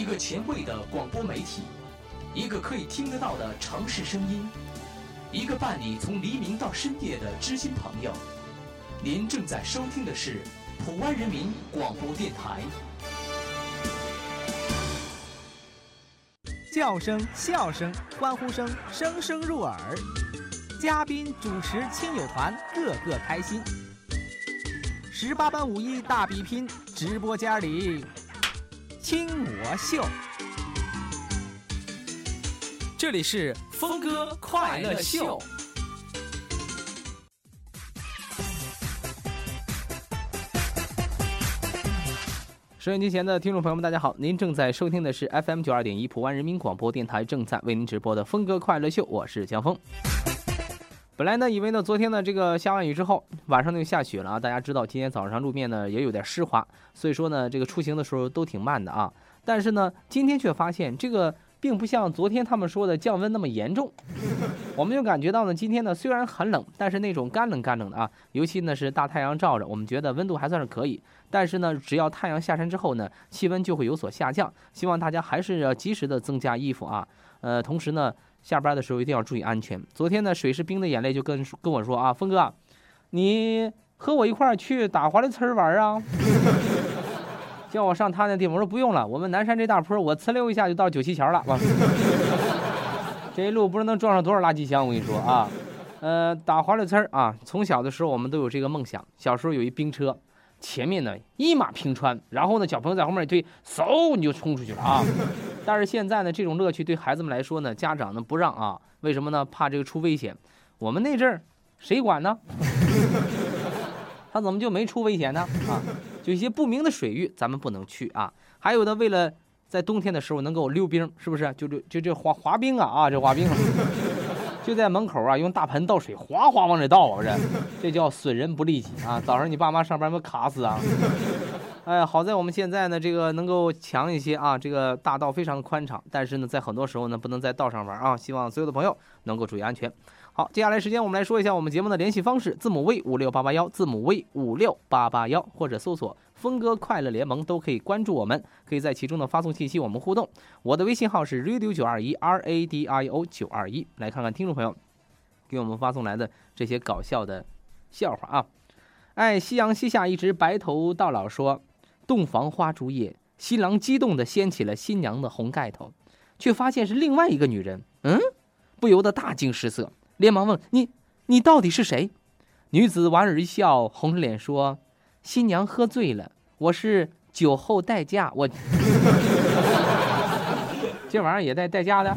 一个前卫的广播媒体，一个可以听得到的城市声音，一个伴你从黎明到深夜的知心朋友。您正在收听的是普湾人民广播电台。 叫声、笑声、欢呼声，声声入耳。嘉宾、主持、亲友团，个个开心。18般武艺大比拼，直播间里听我秀。这里是峰哥快乐秀。收音机前的听众朋友们，大家好，您正在收听的是 FM 92.1普湾人民广播电台正在为您直播的峰哥快乐秀，我是江峰。本来呢，以为呢昨天呢这个下完雨之后，晚上就下雪了啊。大家知道今天早上路面呢也有点湿滑，所以说呢这个出行的时候都挺慢的啊。但是呢，今天却发现这个并不像昨天他们说的降温那么严重。我们就感觉到呢，今天呢虽然很冷，但是那种干冷的啊，尤其呢是大太阳照着，我们觉得温度还算是可以。但是呢，只要太阳下山之后呢，气温就会有所下降。希望大家还是要及时的增加衣服啊。同时呢，下班的时候一定要注意安全。昨天呢，水是冰的眼泪就跟我说啊，峰哥，你和我一块儿去打滑溜呲玩啊？叫我上他那地方，我说不用了，我们南山这大坡，我呲溜一下就到九七桥了。这一路不知道能撞上多少垃圾箱，我跟你说啊。打滑溜呲啊，从小的时候我们都有这个梦想。小时候有一冰车。前面呢一马平川，然后呢小朋友在后面一推，嗖你就冲出去了啊！但是现在呢这种乐趣对孩子们来说呢，家长呢不让啊，为什么呢？怕这个出危险。我们那阵儿谁管呢？他怎么就没出危险呢？啊，就一些不明的水域咱们不能去啊。还有呢，为了在冬天的时候能够溜冰，是不是？就这滑冰啊，这滑冰啊。就在门口啊，用大盆倒水，哗哗往这倒啊，这叫损人不利己啊！早上你爸妈上班没卡死啊？哎，好在我们现在呢，这个能够强一些啊，这个大道非常的宽敞，但是呢，在很多时候呢，不能在道上玩啊。希望所有的朋友能够注意安全。好，接下来时间我们来说一下我们节目的联系方式，字母 V56881，字母 V56881，或者搜索峰哥快乐联盟都可以关注我们，可以在其中的发送信息我们互动。我的微信号是 radio921 RADIO 921，来看看听众朋友给我们发送来的这些搞笑的笑话啊。哎，夕阳西下，一直白头到老说，洞房花烛夜，新郎激动地掀起了新娘的红盖头，却发现是另外一个女人，不由得大惊失色，连忙问你到底是谁？女子莞尔一笑，红着脸说，新娘喝醉了，我是酒后代驾，我这玩意儿也带代驾的，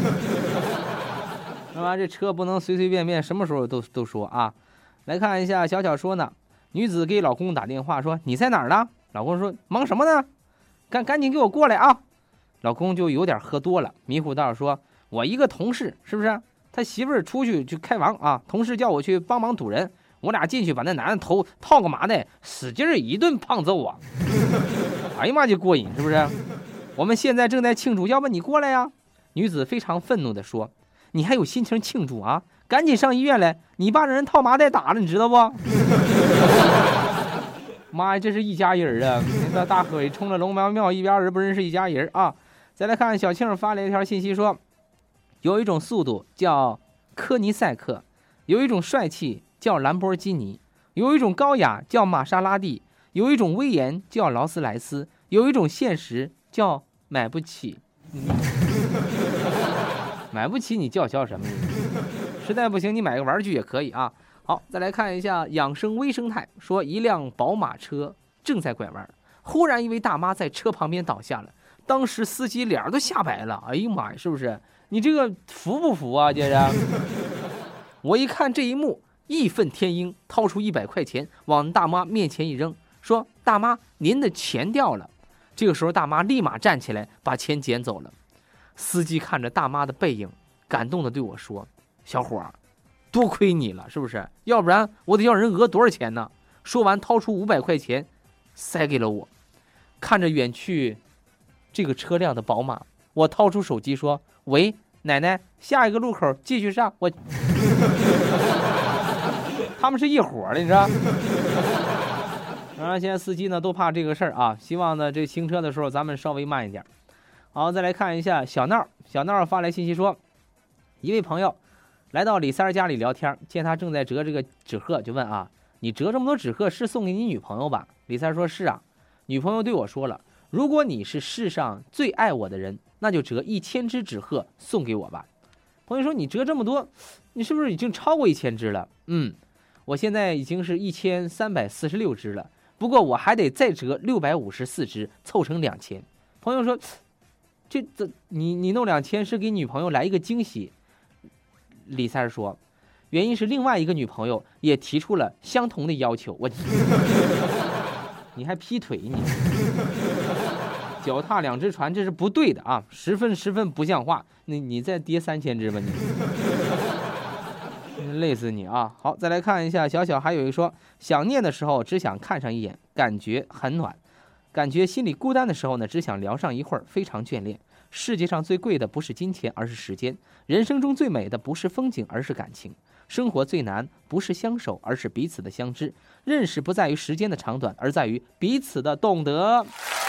是吧？这车不能随随便便什么时候都说啊。来看一下小小说呢，女子给老公打电话说，你在哪儿呢？老公说，忙什么呢？赶紧给我过来啊！老公就有点喝多了，迷糊道说，我一个同事，是不是他媳妇儿出去开房啊，同事叫我去帮忙堵人，我俩进去把那男的头套个麻袋，使劲一顿胖揍啊！哎呀妈，就过瘾，是不是？我们现在正在庆祝，要不你过来呀？女子非常愤怒地说，你还有心情庆祝啊？赶紧上医院来，你爸让人套麻袋打了，你知道不？妈呀，这是一家人啊！那大黑冲着龙王庙一边人不认识一家人啊！再来看小庆发了一条信息说，有一种速度叫科尼赛克，有一种帅气叫兰博基尼，有一种高雅叫玛莎拉蒂，有一种威严叫劳斯莱斯，有一种现实叫买不起。买不起你叫嚣什么？实在不行你买个玩具也可以啊。好，再来看一下养生微生态，说一辆宝马车正在拐弯，忽然一位大妈在车旁边倒下了，当时司机脸都吓白了，哎呀妈呀，是不是？你这个服不服啊，姐姐？我一看这一幕，义愤填膺，掏出100块钱往大妈面前一扔，说，大妈，您的钱掉了。这个时候大妈立马站起来把钱捡走了。司机看着大妈的背影，感动地对我说，小伙儿，多亏你了，是不是？要不然我得要人讹多少钱呢？说完掏出500块钱塞给了我。看着远去这个车辆的宝马，我掏出手机说，喂，奶奶，下一个路口继续上。我他们是一伙的，你知道。当然现在司机呢都怕这个事儿啊，希望呢这行车的时候咱们稍微慢一点。 好，再来看一下小闹，小闹发来信息说，一位朋友来到李三家里聊天，见他正在折这个纸鹤，就问啊，你折这么多纸鹤是送给你女朋友吧？李三说是啊，女朋友对我说了，如果你是世上最爱我的人，那就折1000只纸鹤送给我吧。朋友说，你折这么多，你是不是已经超过1000只了？我现在已经是1346只了，不过我还得再折654只，凑成2000。朋友说，你弄2000是给女朋友来一个惊喜。李三说，原因是另外一个女朋友也提出了相同的要求。你还劈腿你？脚踏两只船，这是不对的啊，十分不像话。你再跌3000只吧你。累死你啊！好，再来看一下小小，还有一个说，想念的时候只想看上一眼，感觉很暖；感觉心里孤单的时候呢，只想聊上一会儿，非常眷恋。世界上最贵的不是金钱，而是时间；人生中最美的不是风景，而是感情；生活最难不是相守，而是彼此的相知。认识不在于时间的长短，而在于彼此的懂得。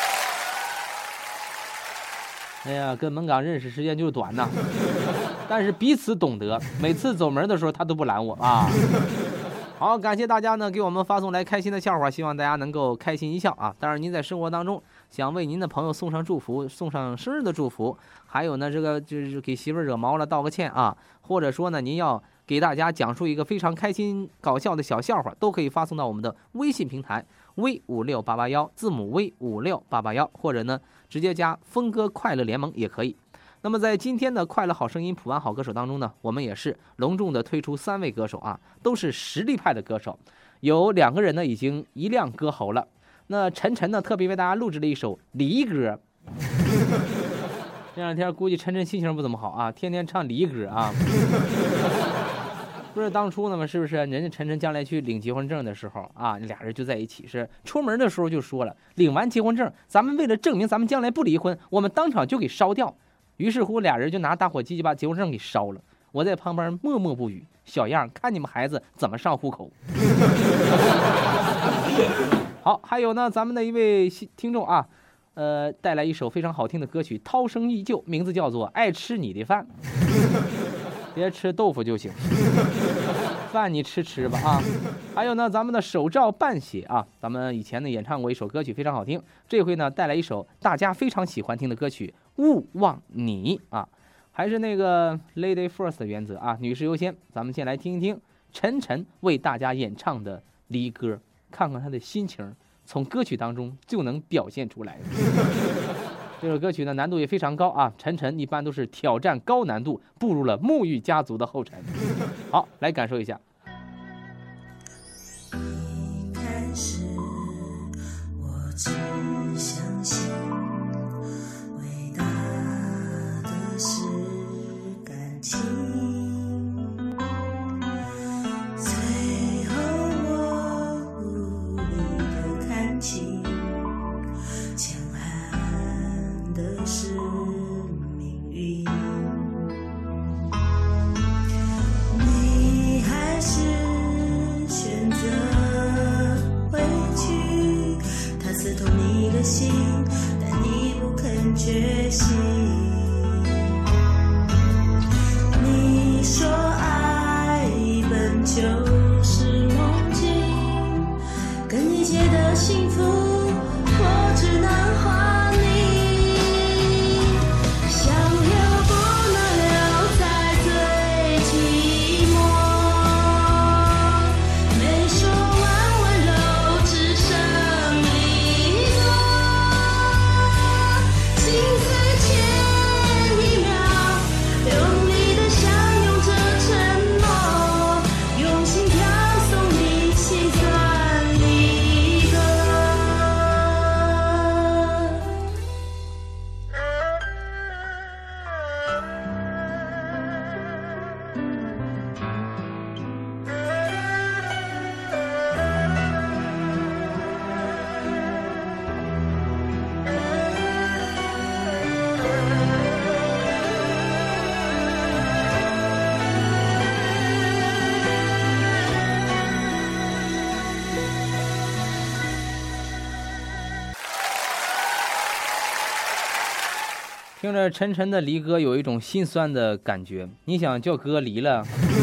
哎呀，跟门岗认识时间就是短呐，但是彼此懂得，每次走门的时候他都不拦我啊。好，感谢大家呢给我们发送来开心的笑话，希望大家能够开心一笑啊。当然您在生活当中想为您的朋友送上祝福，送上生日的祝福，还有呢这个就是给媳妇惹毛了道个歉啊，或者说呢您要给大家讲述一个非常开心搞笑的小笑话，都可以发送到我们的微信平台 V56881，字母 V56881，或者呢直接加峰哥快乐联盟也可以。那么在今天的快乐好声音普安好歌手当中呢，我们也是隆重的推出3位歌手啊，都是实力派的歌手，有2个人呢已经一亮歌喉了。那晨晨呢特别为大家录制了一首离歌，这2天估计晨晨心情不怎么好啊，天天唱离歌啊。不是当初呢吗？是不是人家晨晨将来去领结婚证的时候啊，俩人就在一起，是出门的时候就说了，领完结婚证，咱们为了证明咱们将来不离婚，我们当场就给烧掉。于是乎俩人就拿打火机就把结婚证给烧了。我在旁边默默不语，小样，看你们孩子怎么上户口。好，还有呢，咱们的一位听众啊，带来一首非常好听的歌曲，涛声依旧，名字叫做《爱吃你的饭》。别吃豆腐就行，饭你吃吧啊。还有呢，咱们的手照半写啊，咱们以前呢演唱过一首歌曲，非常好听。这回呢带来一首大家非常喜欢听的歌曲《勿忘你》啊，还是那个 Lady First 的原则啊，女士优先。咱们先来听一听晨晨为大家演唱的离歌，看看他的心情，从歌曲当中就能表现出来。这首歌曲呢难度也非常高啊，晨晨一般都是挑战高难度，步入了沐浴家族的后尘。好，来感受一下。 一开始我只相信伟大的是感情，最后我无力的看清强悍的是命运，你还是选择回去，它刺痛你的心，但你不肯觉醒。你说爱本就是梦境，跟你借的幸福我只能还你，想留不能留在最寂寞，没说完温柔只剩离落，心碎前听着陈晨的离歌，有一种心酸的感觉。你想叫哥离了？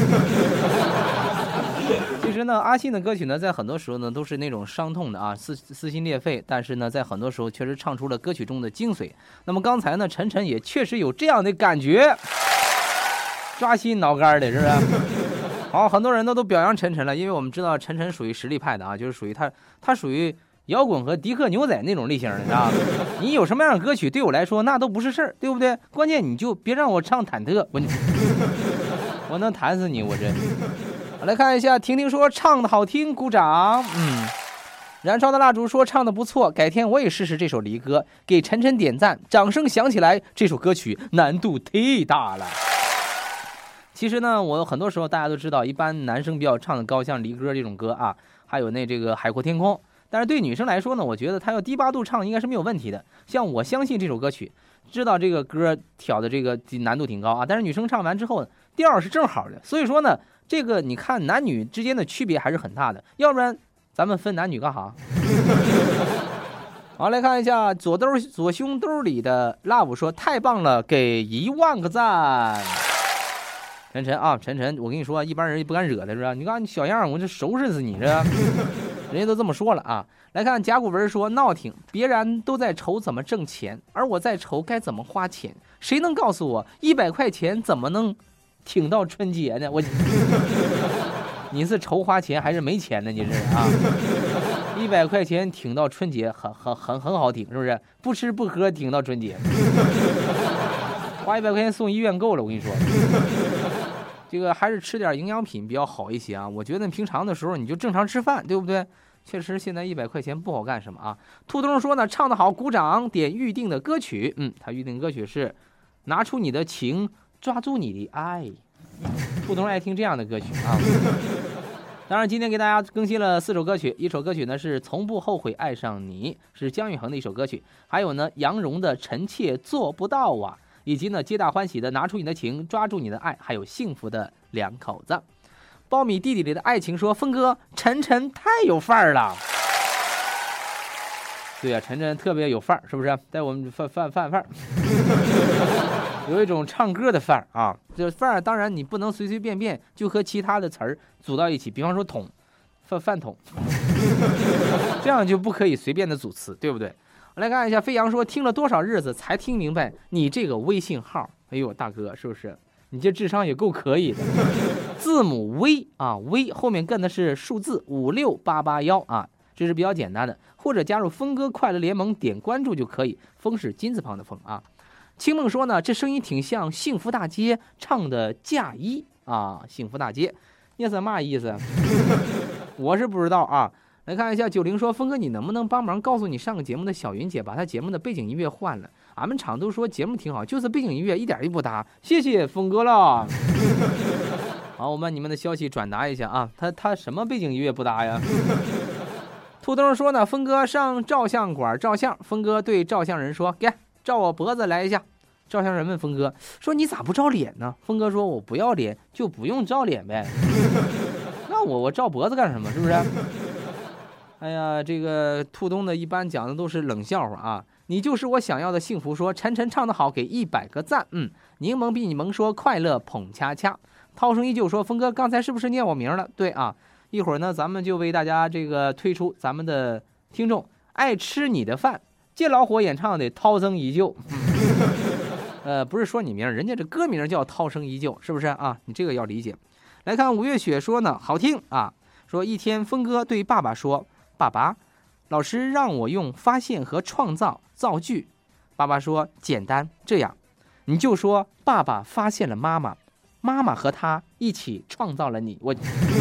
其实呢，阿信的歌曲呢，在很多时候呢都是那种伤痛的啊，撕心裂肺。但是呢，在很多时候确实唱出了歌曲中的精髓。那么刚才呢，陈晨也确实有这样的感觉，抓心挠肝的，是不是？好，很多人都表扬陈晨了，因为我们知道陈晨属于实力派的啊，就是属于他属于摇滚和迪克牛仔那种类型的，你知道吗？你有什么样的歌曲对我来说那都不是事儿，对不对？关键你就别让我唱忐忑，我能弹死你，我真。来看一下，婷婷说唱的好听，鼓掌。燃烧的蜡烛说唱的不错，改天我也试试这首离歌，给陈晨点赞，掌声响起来。这首歌曲难度忒大了。其实呢，我很多时候大家都知道，一般男生比较唱的高，像离歌这种歌啊，还有这个海阔天空。但是对女生来说呢，我觉得她要低八度唱应该是没有问题的。像我相信这首歌曲，知道这个歌挑的这个难度挺高啊，但是女生唱完之后调是正好的。所以说呢，这个你看男女之间的区别还是很大的，要不然咱们分男女干哈？好，来看一下左胸兜里的 love 说太棒了，给10000个赞。陈晨，我跟你说，一般人也不敢惹他，是吧？你看你小样，我这收拾死你这。人家都这么说了啊。来看甲骨文说闹挺，别人都在愁怎么挣钱，而我在愁该怎么花钱。谁能告诉我100块钱怎么能挺到春节呢？你是愁花钱还是没钱呢？你是啊？100块钱挺到春节很好挺，是不是？不吃不喝挺到春节，花100块钱送医院够了。我跟你说。这个还是吃点营养品比较好一些啊！我觉得平常的时候你就正常吃饭，对不对？确实现在100块钱不好干什么啊！兔东说呢，唱得好，鼓掌，点预定的歌曲。他预定歌曲是拿出你的情，抓住你的爱。兔东爱听这样的歌曲啊！当然今天给大家更新了4首歌曲，一首歌曲呢是从不后悔爱上你，是姜育恒的一首歌曲，还有呢杨蓉的臣妾做不到啊，以及呢皆大欢喜的拿出你的情，抓住你的爱，还有幸福的2口子。苞米地里的爱情说，峰哥晨晨太有范儿了。对呀，晨晨特别有范儿，是不是？带我们范儿有一种唱歌的范儿啊。这范儿当然你不能随随便便就和其他的词儿组到一起，比方说桶饭桶这样就不可以随便的组词，对不对？来看一下，飞扬说听了多少日子才听明白你这个微信号。哎呦大哥，是不是你这智商也够可以的？字母 V 啊 ，V 后面跟的是数字56881啊，这是比较简单的。或者加入峰哥快乐联盟，点关注就可以。峰是金字旁的峰啊。清梦说呢，这声音挺像幸福大街唱的嫁衣啊，幸福大街，你是嘛意思？我是不知道啊。来看一下90说，峰哥你能不能帮忙告诉你上个节目的小云姐，把她节目的背景音乐换了？俺们厂都说节目挺好，就是背景音乐一点也不搭。谢谢峰哥了。好，我把你们的消息转达一下啊。他什么背景音乐不搭呀？兔东说呢，峰哥上照相馆照相，峰哥对照相人说，给照我脖子来一下。照相人问峰哥说，你咋不照脸呢？峰哥说，我不要脸就不用照脸呗。那我照脖子干什么？是不是？哎呀，这个兔东的一般讲的都是冷笑话啊。你就是我想要的幸福说，晨晨唱得好，给100个赞。柠檬比你萌说快乐捧恰恰。涛声依旧说，峰哥刚才是不是念我名了？对啊，一会儿呢咱们就为大家这个推出咱们的听众爱吃你的饭，借老火演唱的涛声依旧。不是说你名，人家这歌名叫涛声依旧，是不是啊？你这个要理解。来看5月雪说呢，好听啊，说一天峰哥对爸爸说，爸爸，老师让我用发现和创造造句。爸爸说，简单，这样你就说爸爸发现了妈妈，妈妈和他一起创造了你。我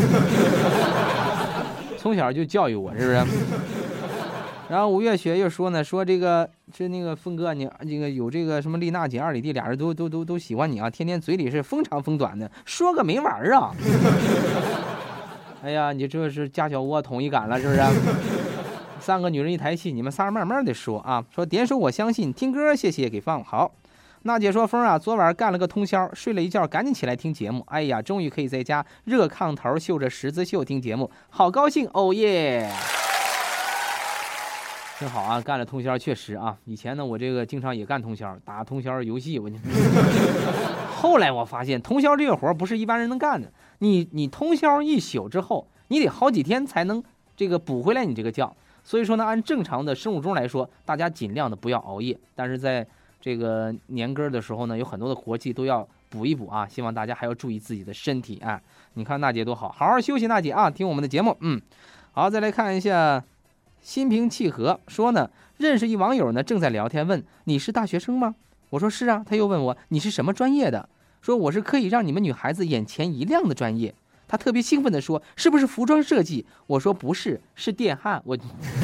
从小就教育我，是不是？然后5月雪又说呢，说这个是那个峰哥，你这个有这个什么丽娜姐2里地，俩人都喜欢你啊，天天嘴里是风长风短的，说个没完啊。哎呀，你这是家小窝统一感了，是不是？3个女人一台戏，你们仨慢慢的说啊。说点首我相信，听歌谢谢给放好。娜姐说，峰啊，昨晚干了个通宵，睡了一觉，赶紧起来听节目。哎呀，终于可以在家热炕头绣着十字绣听节目，好高兴，哦耶！ 挺好啊，干了通宵确实啊。以前呢，我这个经常也干通宵，打通宵游戏。后来我发现，通宵这个活不是一般人能干的。你通宵一宿之后，你得好几天才能这个补回来你这个觉。所以说呢，按正常的生物钟来说，大家尽量的不要熬夜。但是在这个年根的时候呢，有很多的活计都要补一补啊。希望大家还要注意自己的身体啊。你看娜姐多好，好好休息，娜姐啊，听我们的节目。好，再来看一下。心平气和说呢，认识一网友呢，正在聊天，问你是大学生吗？我说是啊。他又问我你是什么专业的？说我是可以让你们女孩子眼前一亮的专业。他特别兴奋地说是不是服装设计？我说不是，是电焊。我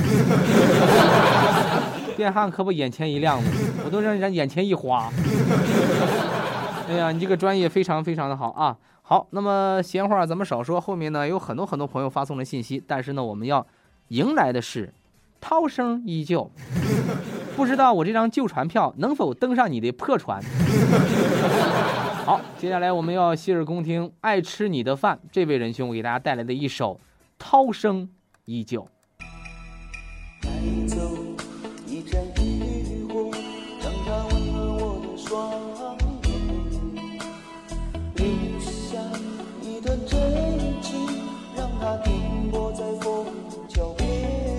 电焊可不眼前一亮吗？我都让人眼前一花。哎呀，你这个专业非常非常的好啊。好，那么闲话咱们少说，后面呢有很多朋友发送了信息，但是呢我们要迎来的是涛声依旧，不知道我这张旧船票能否登上你的破船。好，接下来我们要洗耳恭听爱吃你的饭这位仁兄给大家带来的一首涛声依旧。 带走一盏渔火，让它温暖我的双眼，留下一段真情，让它停泊在风桥边。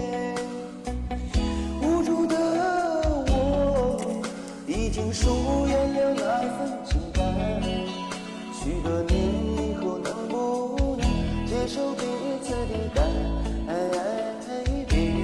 无助的我已经疏远了那份情感，许多年以后能不能接受彼此的改变？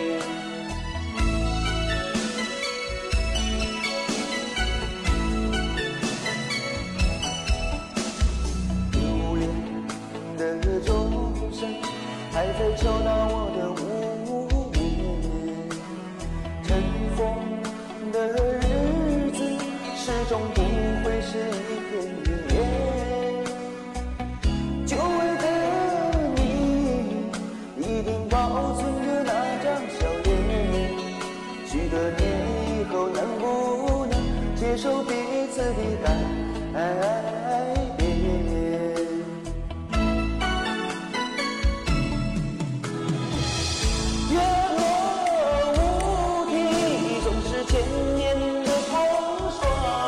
留恋的钟声还在敲打我的无眠，尘封的日子始终不会是一片云烟。久违的你一定保存着那张笑脸，许多年以后能不能接受彼此的改变？月落乌啼，总是千年的风霜，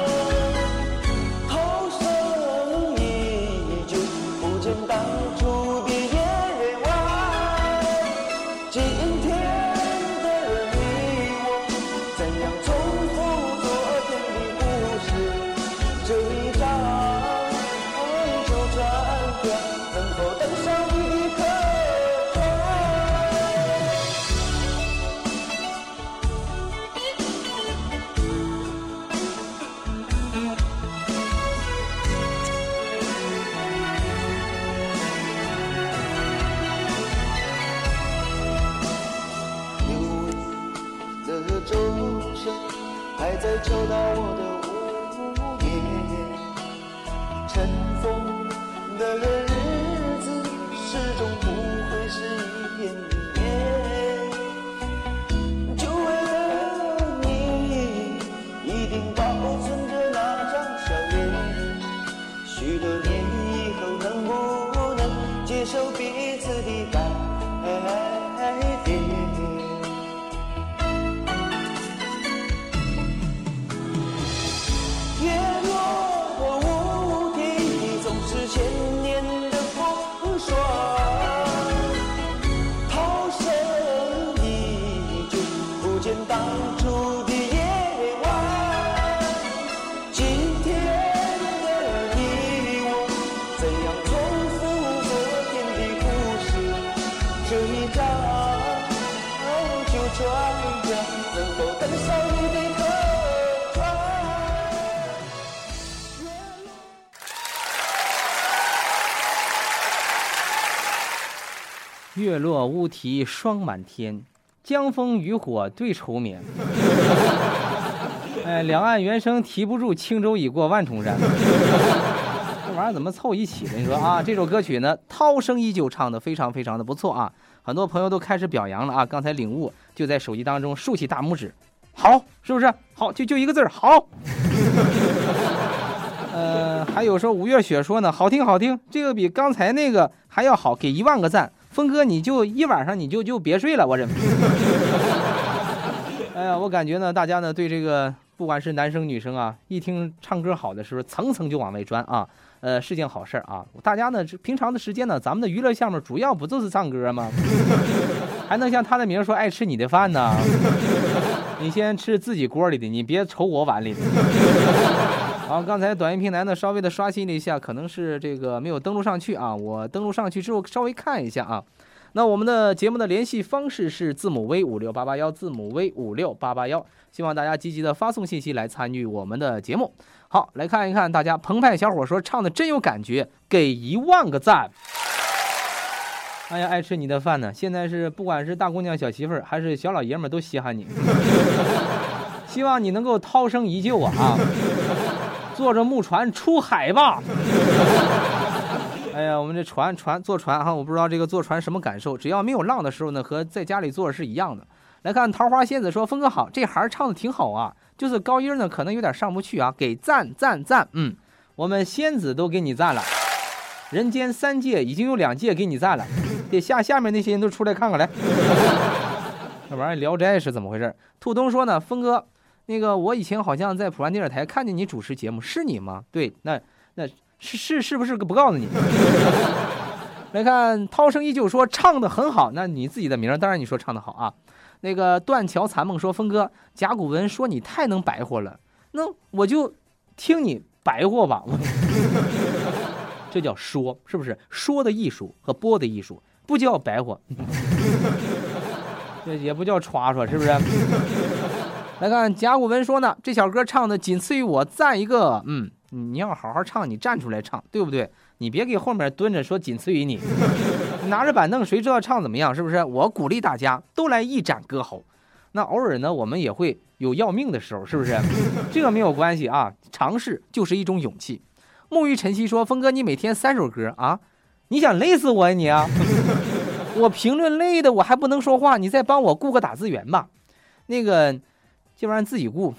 涛声依旧，不见当初的夜晚。今天的你我，怎样重复昨天的故事？这一张旧船票，能否登上你的客船？流离的钟声还在敲打我的无眠，尘封的日子始终不会是一片云烟。久违的你一定保存着那张笑脸，许多年以后能不能接受彼此的改变？月落乌啼，总是千年的风霜，涛声依旧，不见当初的夜晚。今天的你我，怎样重复昨天的故事？这一张旧船票，能否登上你的客船？ 月落乌啼霜满天，江枫渔火对愁眠。哎，两岸猿声啼不住，轻舟已过万重山。这玩意儿怎么凑一起的？你说啊，这首歌曲呢，涛声依旧唱得非常非常的不错啊，很多朋友都开始表扬了啊。刚才领悟就在手机当中竖起大拇指，好，是不是？好，就一个字儿，好。还有说五月雪说呢，好听好听，这个比刚才那个还要好，给10000个赞。峰哥，你就一晚上你就别睡了，我忍。 呀，我感觉呢，大家呢对这个不管是男生女生啊，一听唱歌好的时候，层层就往外钻啊，是件好事啊。大家呢平常的时间呢，咱们的娱乐项目主要不就是唱歌吗？还能像他的名说爱吃你的饭呢？你先吃自己锅里的，你别瞅我碗里的。好，刚才短音平台呢稍微的刷新了一下，可能是这个没有登录上去啊。我登录上去之后稍微看一下啊。那我们的节目的联系方式是字母 V56881，字母 V56881，希望大家积极的发送信息来参与我们的节目。好，来看一看大家，澎湃小伙说唱的真有感觉，给10000个赞。哎呀，爱吃你的饭呢，现在是不管是大姑娘小媳妇儿还是小老爷们都稀罕你，希望你能够涛声依旧啊，坐着木船出海吧。哎呀，我们这坐船哈，我不知道这个坐船什么感受，只要没有浪的时候呢，和在家里坐着是一样的。来看桃花仙子说，峰哥好，这行唱的挺好啊，就是高音呢可能有点上不去啊，给赞。我们仙子都给你赞了，人间3届已经有2届给你赞了，得下面那些人都出来看看来。这玩意儿聊斋是怎么回事？兔东说呢，峰哥，那个我以前好像在普安电视台看见你主持节目，是你吗？对，那是不是不告诉你？来看涛声依旧说唱的很好，那你自己的名当然你说唱的好啊。那个断桥残梦说，峰哥，甲骨文说你太能白活了，那我就听你白活吧。这叫说，是不是？说的艺术和播的艺术不叫白活，这也不叫歘，是不是？来看甲骨文说呢，这小歌唱的仅次于我，赞一个。你要好好唱，你站出来唱，对不对？你别给后面蹲着说仅次于你，你拿着板凳谁知道唱怎么样，是不是？我鼓励大家都来一展歌喉，那偶尔呢我们也会有要命的时候，是不是？这个没有关系啊，尝试就是一种勇气。沐浴晨曦说，峰哥你每天3首歌啊，你想累死我呀你啊？我评论累的我还不能说话，你再帮我顾个打字员吧。那个这玩意儿自己顾。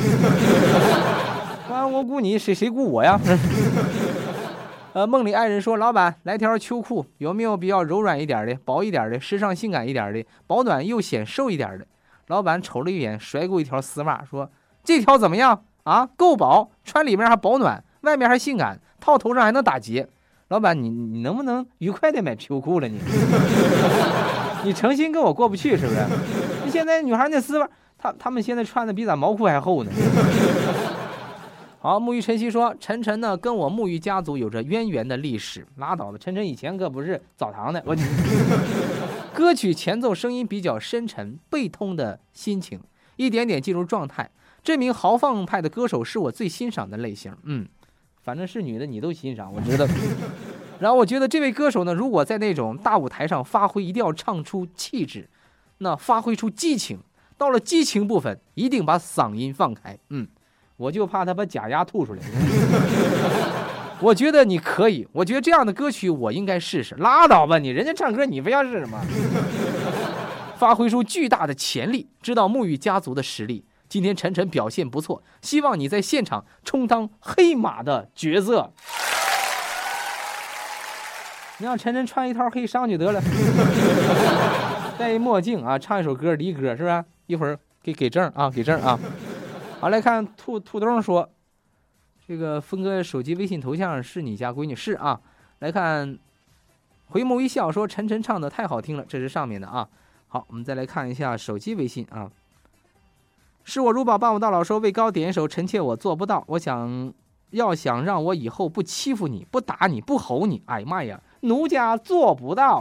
我顾你，谁顾我呀？梦里爱人说，老板来条秋裤，有没有比较柔软一点的、薄一点的、时尚性感一点的、保暖又显瘦一点的？老板瞅了一眼，甩过一条丝袜，说这条怎么样啊？够薄，穿里面还保暖，外面还性感，套头上还能打结。老板你能不能愉快的买秋裤了你？你诚心跟我过不去是不是？你现在女孩那丝袜，他们现在穿的比咱毛裤还厚呢。好，沐浴晨曦说，晨晨呢跟我沐浴家族有着渊源的历史。拉倒吧，晨晨以前可不是澡堂的。歌曲前奏声音比较深沉，背痛的心情，一点点进入状态。这名豪放派的歌手是我最欣赏的类型。反正是女的你都欣赏，我知道。然后我觉得这位歌手呢，如果在那种大舞台上发挥，一定要唱出气质，那发挥出激情。到了激情部分，一定把嗓音放开。我就怕他把假牙吐出来。我觉得你可以，我觉得这样的歌曲我应该试试。拉倒吧你，人家唱歌你非要试什么？发挥出巨大的潜力，知道沐浴家族的实力。今天晨晨表现不错，希望你在现场充当黑马的角色。你让晨晨穿一套黑裳就得了，戴一墨镜啊，唱一首歌离歌，是不是？一会儿给证啊，给证啊。好，来看兔东说，这个峰哥手机微信头像是你家闺女，是啊。来看回眸一笑说，晨晨唱的太好听了，这是上面的啊。好，我们再来看一下手机微信啊。是我如宝伴我到老说，为高点一首，臣妾我做不到。我想让我以后不欺负你，不打你，不吼你，哎妈呀，奴家做不到。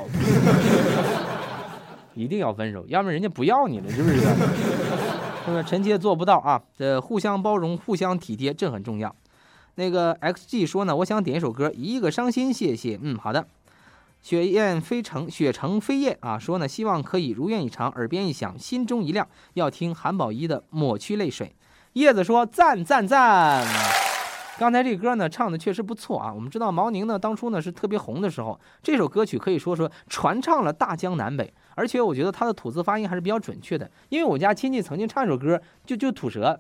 一定要分手，要不然人家不要你了，是不是？是不是？臣妾做不到啊，互相包容，互相体贴，这很重要。那个 XG 说呢，我想点一首歌，一个伤心，谢谢。好的。雪城飞燕啊，说呢，希望可以如愿以偿，耳边一响，心中一亮，要听韩宝仪的抹去泪水。叶子说赞。刚才这歌呢唱的确实不错啊。我们知道毛宁呢当初呢是特别红的时候，这首歌曲可以说传唱了大江南北，而且我觉得他的吐字发音还是比较准确的。因为我家亲戚曾经唱一首歌就吐舌，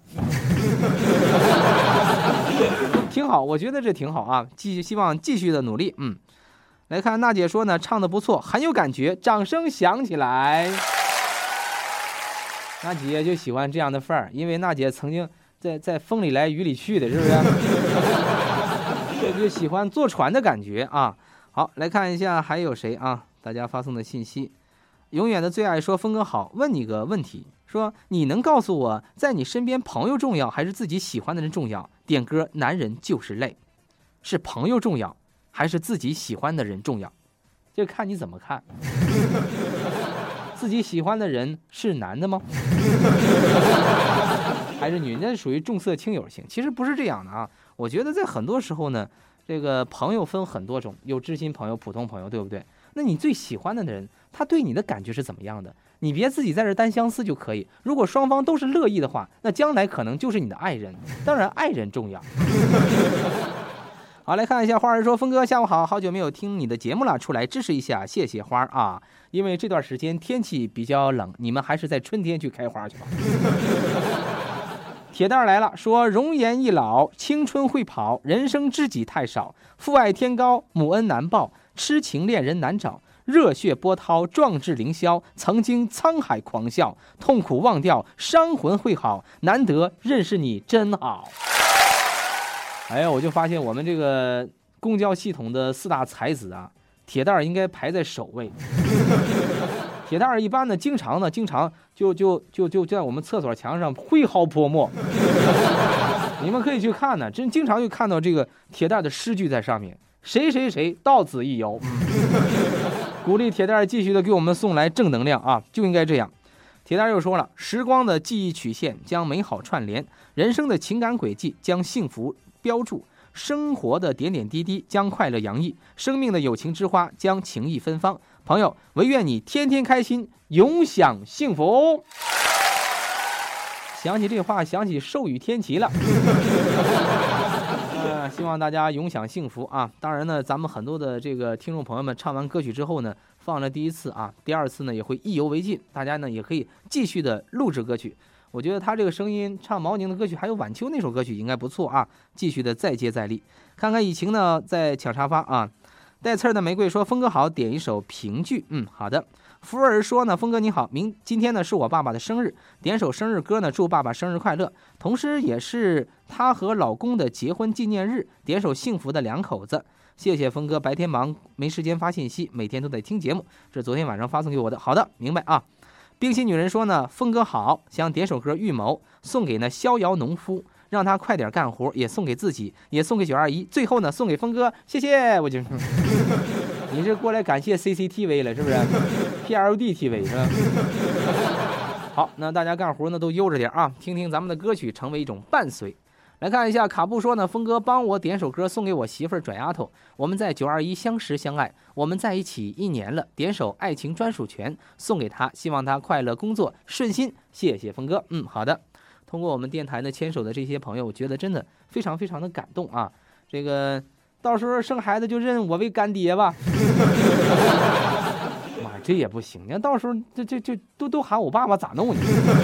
挺好，我觉得这挺好啊，希望继续的努力。来看娜姐说呢，唱的不错，很有感觉，掌声响起来。 娜姐就喜欢这样的范儿，因为娜姐曾经在风里来雨里去的，是不是？就喜欢坐船的感觉啊。好，来看一下还有谁啊？大家发送的信息。永远的最爱说：峰哥好，问你个问题，说你能告诉我，在你身边朋友重要还是自己喜欢的人重要？点歌男人就是累，是朋友重要还是自己喜欢的人重要？这看你怎么看。自己喜欢的人是男的吗？还是女人？那属于重色轻友型。其实不是这样的啊。我觉得在很多时候呢，这个朋友分很多种，有知心朋友、普通朋友，对不对？那你最喜欢的人，他对你的感觉是怎么样的？你别自己在这单相思就可以。如果双方都是乐意的话，那将来可能就是你的爱人。当然，爱人重要。好，来看一下花儿说：峰哥下午好，好久没有听你的节目了，出来支持一下，谢谢花儿啊！因为这段时间天气比较冷，你们还是在春天去开花去吧。铁蛋儿来了，说容颜易老，青春会跑，人生知己太少，父爱天高，母恩难报，痴情恋人难找，热血波涛，壮志凌霄，曾经沧海狂笑，痛苦忘掉，伤魂会好，难得认识你真好。哎呀，我就发现我们这个公交系统的4大才子啊，铁蛋儿应该排在首位。铁蛋儿一般呢，经常就在我们厕所墙上挥毫泼墨。你们可以去看呢，真经常就看到这个铁蛋儿的诗句在上面，谁谁谁到此一游。鼓励铁蛋儿继续的给我们送来正能量啊，就应该这样。铁蛋儿又说了，时光的记忆曲线将美好串联，人生的情感轨迹将幸福标注，生活的点点滴滴将快乐洋溢，生命的友情之花将情谊芬芳。朋友，唯愿你天天开心，永享幸福。想起这话，想起寿与天齐了。希望大家永享幸福啊！当然呢，咱们很多的这个听众朋友们唱完歌曲之后呢，放了第一次啊，第二次呢也会意犹未尽，大家呢也可以继续的录制歌曲。我觉得他这个声音唱毛宁的歌曲，还有晚秋那首歌曲应该不错啊，继续的再接再厉。看看以晴呢在抢沙发啊，带刺儿的玫瑰说：峰哥好，点一首评剧。好的。福尔说呢，峰哥你好，今天呢是我爸爸的生日，点首生日歌呢，祝爸爸生日快乐，同时也是他和老公的结婚纪念日，点首幸福的两口子。谢谢峰哥，白天忙没时间发信息，每天都在听节目，这昨天晚上发送给我的。好的，明白啊。冰心女人说呢，峰哥好，想点首歌《预谋》，送给那逍遥农夫，让他快点干活，也送给自己，也送给921，最后呢送给峰哥，谢谢。我就你是过来感谢 CCTV 了是不是？PLD TV 是吧？好，那大家干活呢都悠着点啊，听听咱们的歌曲，成为一种伴随。来看一下卡布说呢，峰哥帮我点首歌送给我媳妇儿拽丫头，我们在921相识相爱，我们在一起1年了，点首爱情专属权送给她，希望她快乐工作顺心，谢谢峰哥。好的。通过我们电台呢牵手的这些朋友，我觉得真的非常非常的感动啊。这个到时候生孩子就认我为干爹吧。妈，这也不行呀，到时候这都喊我爸爸咋弄你？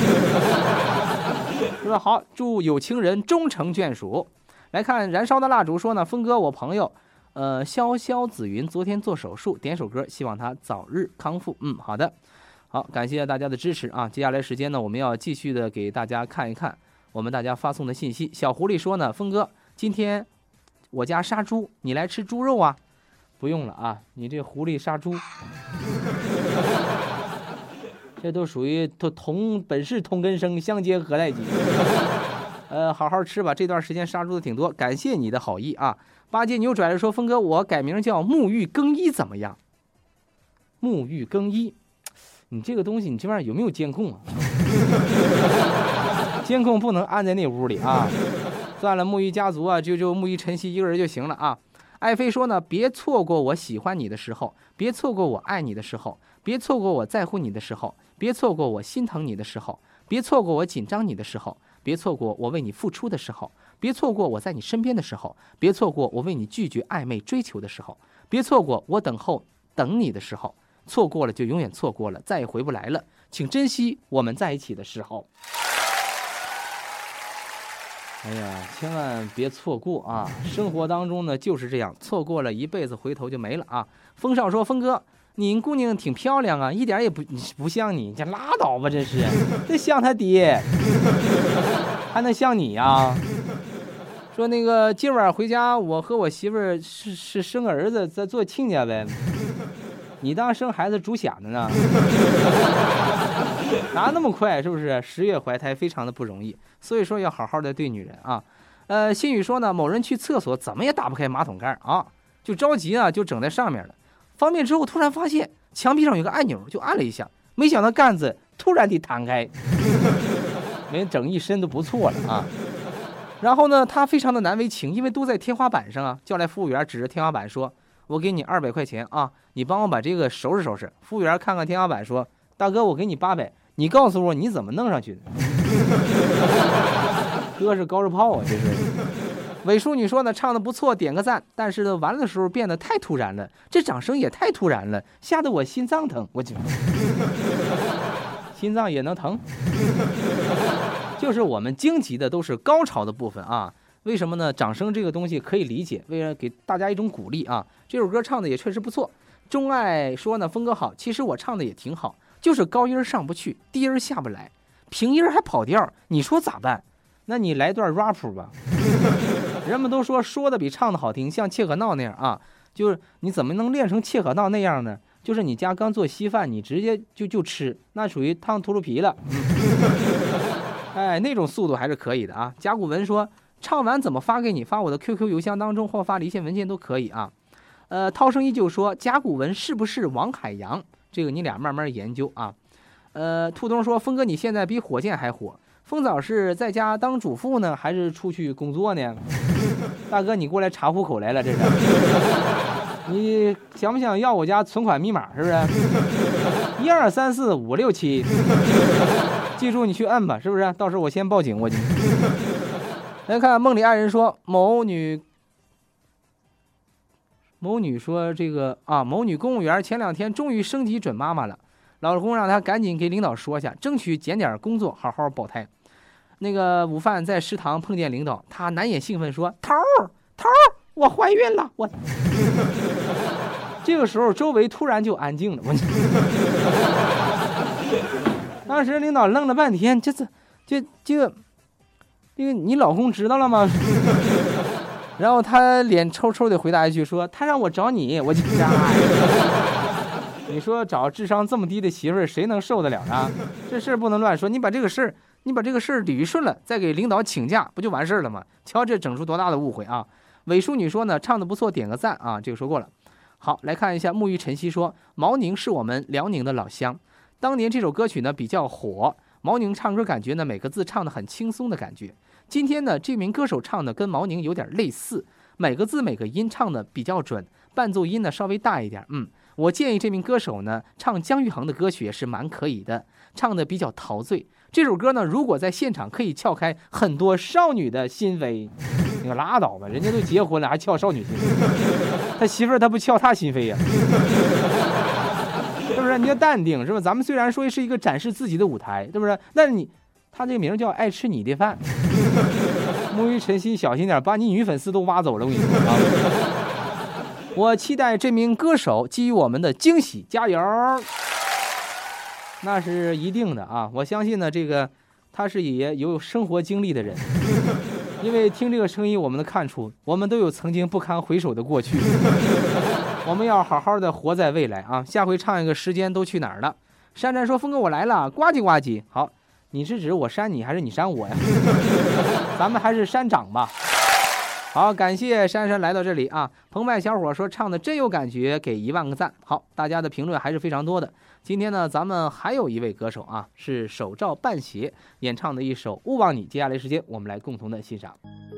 是吧？好，祝有情人终成眷属。来看燃烧的蜡烛说呢，峰哥，我朋友潇潇紫云昨天做手术，点首歌，希望他早日康复。好的，好，感谢大家的支持啊！接下来时间呢，我们要继续的给大家看一看我们大家发送的信息。小狐狸说呢，峰哥，今天我家杀猪，你来吃猪肉啊？不用了啊，你这狐狸杀猪。这都属于本是同根生，相煎何太急。好好吃吧，这段时间杀猪的挺多，感谢你的好意啊。八戒牛拽着说，峰哥，我改名叫沐浴更衣怎么样？沐浴更衣，你这个东西你这玩意儿有没有监控啊？监控不能安在那屋里啊。算了，沐浴家族啊，就沐浴晨曦一个人就行了啊。爱妃说呢，别错过我喜欢你的时候，别错过我爱你的时候，别错过我在乎你的时候，别错过我心疼你的时候，别错过我紧张你的时候，别错过我为你付出的时候，别错过我在你身边的时候，别错过我为你拒绝暧昧追求的时候，别错过我等你的时候，错过了就永远错过了，再也回不来了，请珍惜我们在一起的时候。哎呀，千万别错过啊！生活当中呢就是这样，错过了一辈子回头就没了啊。风少说，峰哥， 你姑娘挺漂亮啊，一点也不像你，这拉倒吧，这是，这像他爹，还能像你呀？说那个今晚回家，我和我媳妇儿是生个儿子，再做亲家呗。你当生孩子煮显的呢？哪那么快？是不是？10月怀胎非常的不容易，所以说要好好的对女人啊。新宇说呢，某人去厕所怎么也打不开马桶盖啊，就着急啊，就整在上面了。方便之后，突然发现墙壁上有个按钮，就按了一下，没想到盖子突然地弹开，连整一身都不错了啊。然后呢，他非常的难为情，因为都在天花板上啊，叫来服务员指着天花板说：“我给你200块钱啊，你帮我把这个收拾收拾。”服务员看看天花板说：“大哥，我给你800，你告诉我你怎么弄上去的？”哥是高射炮啊，这是。伪淑女说呢，唱的不错，点个赞。但是呢，完了的时候变得太突然了，这掌声也太突然了，吓得我心脏疼。我就心脏也能疼。就是我们荆棘的都是高潮的部分啊，为什么呢？掌声这个东西可以理解，为了给大家一种鼓励啊。这首歌唱的也确实不错。钟爱说呢，峰哥好，其实我唱的也挺好，就是高音上不去，低音下不来，平音还跑调，你说咋办？那你来段 rap 吧。人们都说的比唱的好听，像切可闹那样啊，就是你怎么能练成切可闹那样呢？就是你家刚做稀饭，你直接就吃，那属于烫秃噜皮了。哎，那种速度还是可以的啊。甲骨文说，唱完怎么发给你？发我的 QQ 邮箱当中，或发离线文件都可以啊。涛声依旧说，甲骨文是不是王海洋？这个你俩慢慢研究啊。兔东说，峰哥你现在比火箭还火。峰嫂是在家当主妇呢，还是出去工作呢？大哥，你过来查户口来了，这是？你想不想要我家存款密码？是不是？1234567。记住你去摁吧，是不是？到时候我先报警。来看梦里爱人说，某女说这个啊，某女公务员前2天终于升级准妈妈了，老公让她赶紧给领导说一下，争取减点工作，好好保胎。那个午饭在食堂碰见领导，她难掩兴奋说：“头儿，我怀孕了！”我这个时候周围突然就安静了。当时领导愣了半天，这个你老公知道了吗？然后他脸抽抽的回答一句说：“他让我找你。”我就你说找智商这么低的媳妇儿，谁能受得了呢？这事儿不能乱说，你把这个事儿捋顺了，再给领导请假，不就完事儿了吗？瞧这整出多大的误会啊！伪淑女说呢，唱得不错，点个赞啊，这个说过了。好，来看一下沐浴晨曦说，毛宁是我们辽宁的老乡，当年这首歌曲呢比较火，毛宁唱歌感觉呢每个字唱得很轻松的感觉。今天呢这名歌手唱的跟毛宁有点类似，每个字每个音唱的比较准，伴奏音呢稍微大一点。我建议这名歌手呢唱姜育恒的歌曲也是蛮可以的，唱的比较陶醉。这首歌呢如果在现场可以撬开很多少女的心扉。你可拉倒吧，人家都结婚了还撬少女心扉，他媳妇儿他不撬他心扉呀？是不是？你要淡定，是吧？咱们虽然说是一个展示自己的舞台，是不是？但是他这个名叫爱吃你的饭。沐浴晨曦小心点，把你女粉丝都挖走了，我跟你说啊！我期待这名歌手给予我们的惊喜，加油！那是一定的啊！我相信呢，这个他是也有生活经历的人，因为听这个声音，我们能看出，我们都有曾经不堪回首的过去。我们要好好的活在未来啊！下回唱一个时间都去哪儿了？珊珊说：“峰哥我来了，呱唧呱唧。”好，你是指我扇你还是你扇我呀？咱们还是扇掌吧。好，感谢珊珊来到这里啊！澎湃小伙说唱的真有感觉，给1万个赞。好，大家的评论还是非常多的。今天呢，咱们还有一位歌手啊，是手照半鞋演唱的一首《勿忘你》。接下来时间，我们来共同的欣赏。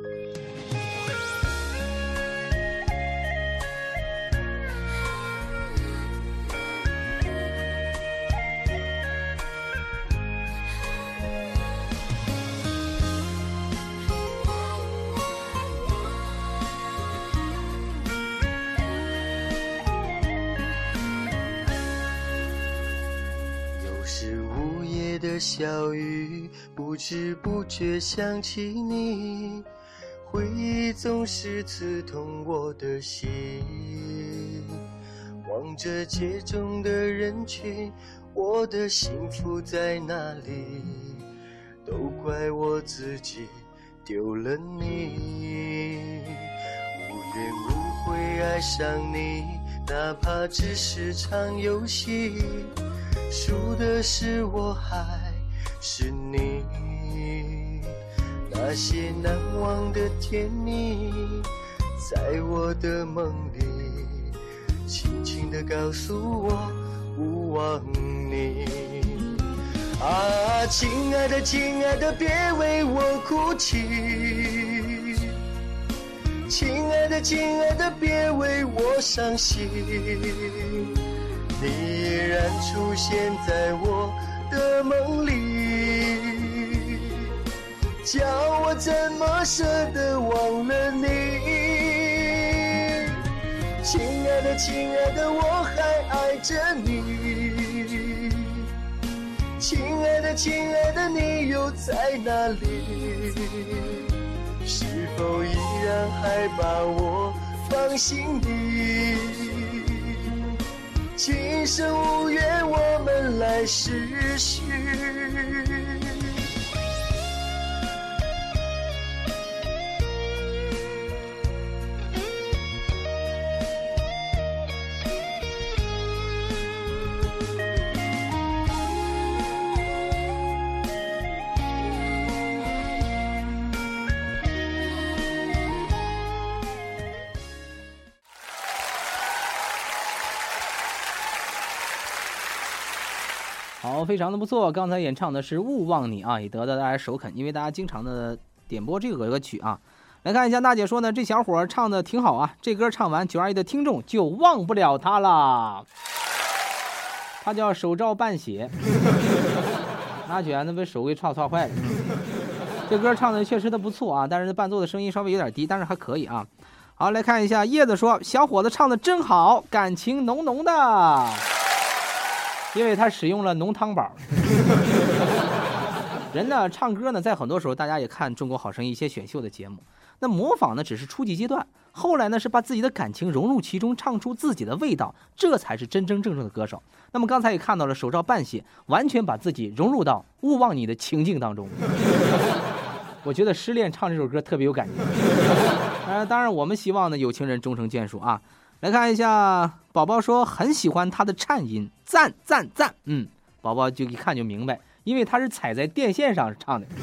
的小雨不知不觉想起你，回忆总是刺痛我的心。 望着街中的人群，我的幸福在哪里？都怪我自己丢了你，无缘无悔爱上你，哪怕只是场游戏，输的是我还是你？那些难忘的甜蜜，在我的梦里，轻轻地告诉我勿忘你。啊，亲爱的亲爱的，别为我哭泣，亲爱的亲爱的，别为我伤心，你依然出现在我的梦里，叫我怎么舍得忘了你。亲爱的亲爱的，我还爱着你，亲爱的亲爱的，你又在哪里？是否依然还把我放心底？今生无缘，我们来世续。 好，非常的不错。刚才演唱的是《勿忘你》啊，也得到大家首肯，因为大家经常的点播这个歌曲啊。来看一下，娜姐说呢，这小伙唱的挺好啊，这歌唱完，921的听众就忘不了他了。他叫手照半血，那卷那被手给串坏了。这歌唱的确实的不错啊，但是伴奏的声音稍微有点低，但是还可以啊。好，来看一下，叶子说，小伙子唱的真好，感情浓浓的。因为他使用了浓汤宝。人呢，唱歌呢，在很多时候大家也看《中国好声音》一些选秀的节目，那模仿呢只是初级阶段，后来呢是把自己的感情融入其中，唱出自己的味道，这才是真真正正的歌手。那么刚才也看到了手照半血，完全把自己融入到勿忘你的情境当中。我觉得失恋唱这首歌特别有感觉。当然我们希望呢有情人终成眷属啊。来看一下，宝宝说很喜欢他的颤音，赞赞赞。宝宝就一看就明白，因为他是踩在电线上唱的。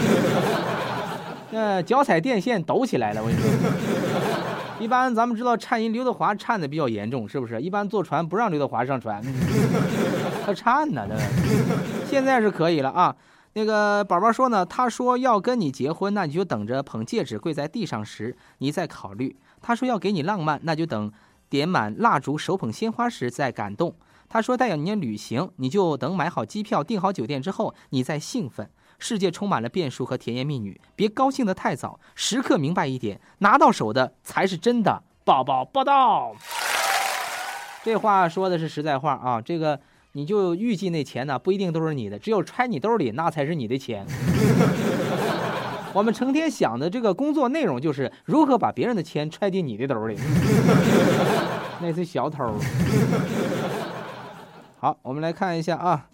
脚踩电线抖起来了，我跟你说。一般咱们知道颤音，刘德华颤的比较严重，是不是？一般坐船不让刘德华上船，他颤呢，对吧？现在是可以了啊。那个宝宝说呢，他说要跟你结婚，那你就等着捧戒指跪在地上时，你再考虑。他说要给你浪漫，那就等点满蜡烛手捧鲜花时再感动。他说带你旅行，你就等买好机票订好酒店之后你再兴奋。世界充满了变数和甜言蜜语，别高兴得太早，时刻明白一点，拿到手的才是真的。宝宝报道。这话说的是实在话啊，这个你就预计那钱呢不一定都是你的，只有揣你兜里那才是你的钱。我们成天想的这个工作内容就是如何把别人的钱揣进你的兜里。那是小偷。好，我们来看一下啊。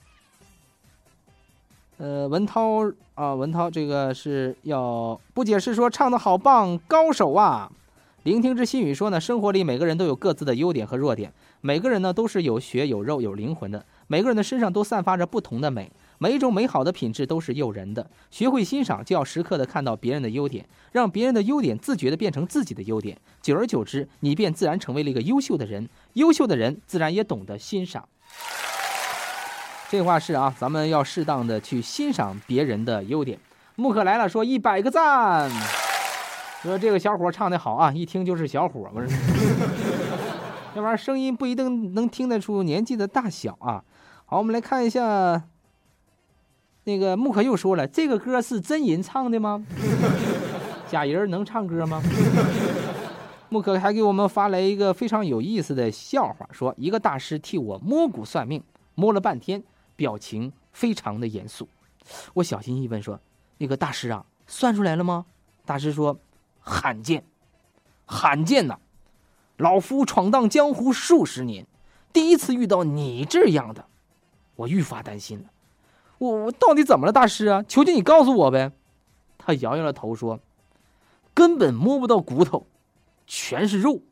文涛这个是要不解释说唱得好棒，高手啊。聆听之心语说呢，生活里每个人都有各自的优点和弱点，每个人呢都是有血有肉有灵魂的，每个人的身上都散发着不同的美，每一种美好的品质都是诱人的。学会欣赏，就要时刻的看到别人的优点，让别人的优点自觉的变成自己的优点，久而久之，你便自然成为了一个优秀的人，优秀的人自然也懂得欣赏。这话是啊，咱们要适当的去欣赏别人的优点。木可来了说100个赞，说这个小伙唱得好啊，一听就是小伙，不是？这玩意儿声音不一定能听得出年纪的大小啊。好，我们来看一下，那个木可又说了，这个歌是真人唱的吗？假人能唱歌吗？木可还给我们发来一个非常有意思的笑话，说一个大师替我摸骨算命，摸了半天，表情非常的严肃。我小心翼翼问说，那个大师啊，算出来了吗？大师说，罕见呐，老夫闯荡江湖数十年， 第一次遇到你这样的，我愈发担心了。我到底怎么了，大师啊？求求你告诉我呗。他摇摇了头说，根本摸不到骨头，全是肉。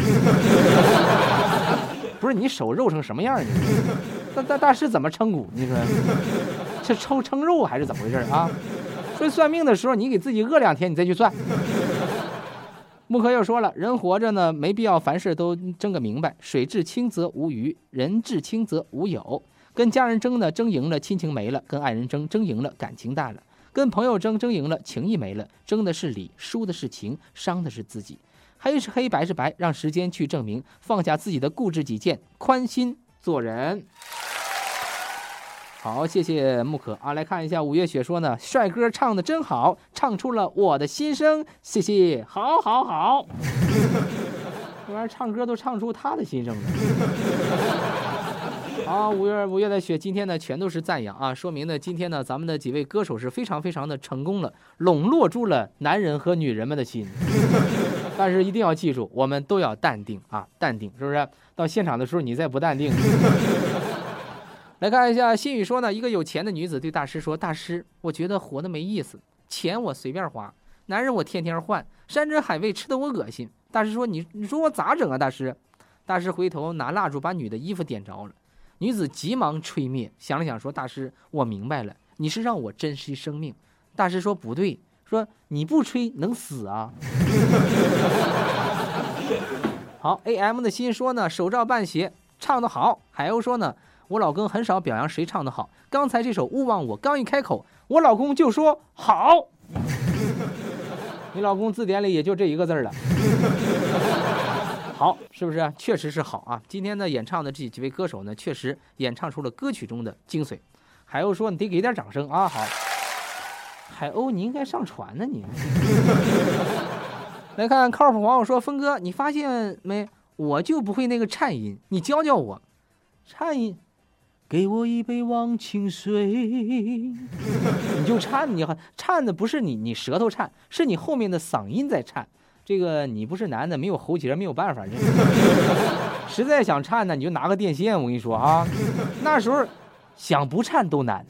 不是你手肉成什么样？你大师怎么称骨？你说这称肉还是怎么回事啊？所以算命的时候，你给自己饿2天，你再去算。木克又说了，人活着呢，没必要凡事都争个明白。水至清则无鱼，人至清则无友。跟家人争呢，争赢了亲情没了；跟爱人争，争赢了感情淡了；跟朋友争，争赢了情谊没了。争的是理，输的是情，伤的是自己。黑是黑，白是白，让时间去证明。放下自己的固执己见，宽心做人。好，谢谢木可啊！来看一下五月雪说呢，帅哥唱的真好，唱出了我的心声，谢谢，好，这玩意儿唱歌都唱出他的心声了。好，五月的雪今天呢全都是赞扬啊，说明呢今天呢咱们的几位歌手是非常的成功了，笼络住了男人和女人们的心。但是一定要记住，我们都要淡定啊，淡定，是不是？到现场的时候你再不淡定。来看一下，心语说呢，一个有钱的女子对大师说，大师，我觉得活得没意思，钱我随便花，男人我天天换，山珍海味吃得我恶心。大师说，你说我咋整啊？大师回头拿蜡烛把女的衣服点着了，女子急忙吹灭，想了想说，大师，我明白了，你是让我珍惜生命。大师说，不对，说你不吹能死啊。好 ，AM 的心说呢，手照办鞋唱得好。海鸥说呢，我老公很少表扬谁唱得好，刚才这首勿忘我刚一开口，我老公就说好。你老公字典里也就这一个字了。好，是不是？确实是好啊。今天呢演唱的这几位歌手呢，确实演唱出了歌曲中的精髓。海鸥说，你得给点掌声啊。好，海鸥你应该上传呢你。来看靠谱网友说，峰哥你发现没，我就不会那个颤音，你教教我。颤音，给我一杯忘情水。你就颤，你颤的不是你舌头颤，是你后面的嗓音在颤。这个你不是男的，没有喉结没有办法。实在想颤呢，你就拿个电线，我跟你说啊，那时候想不颤都难。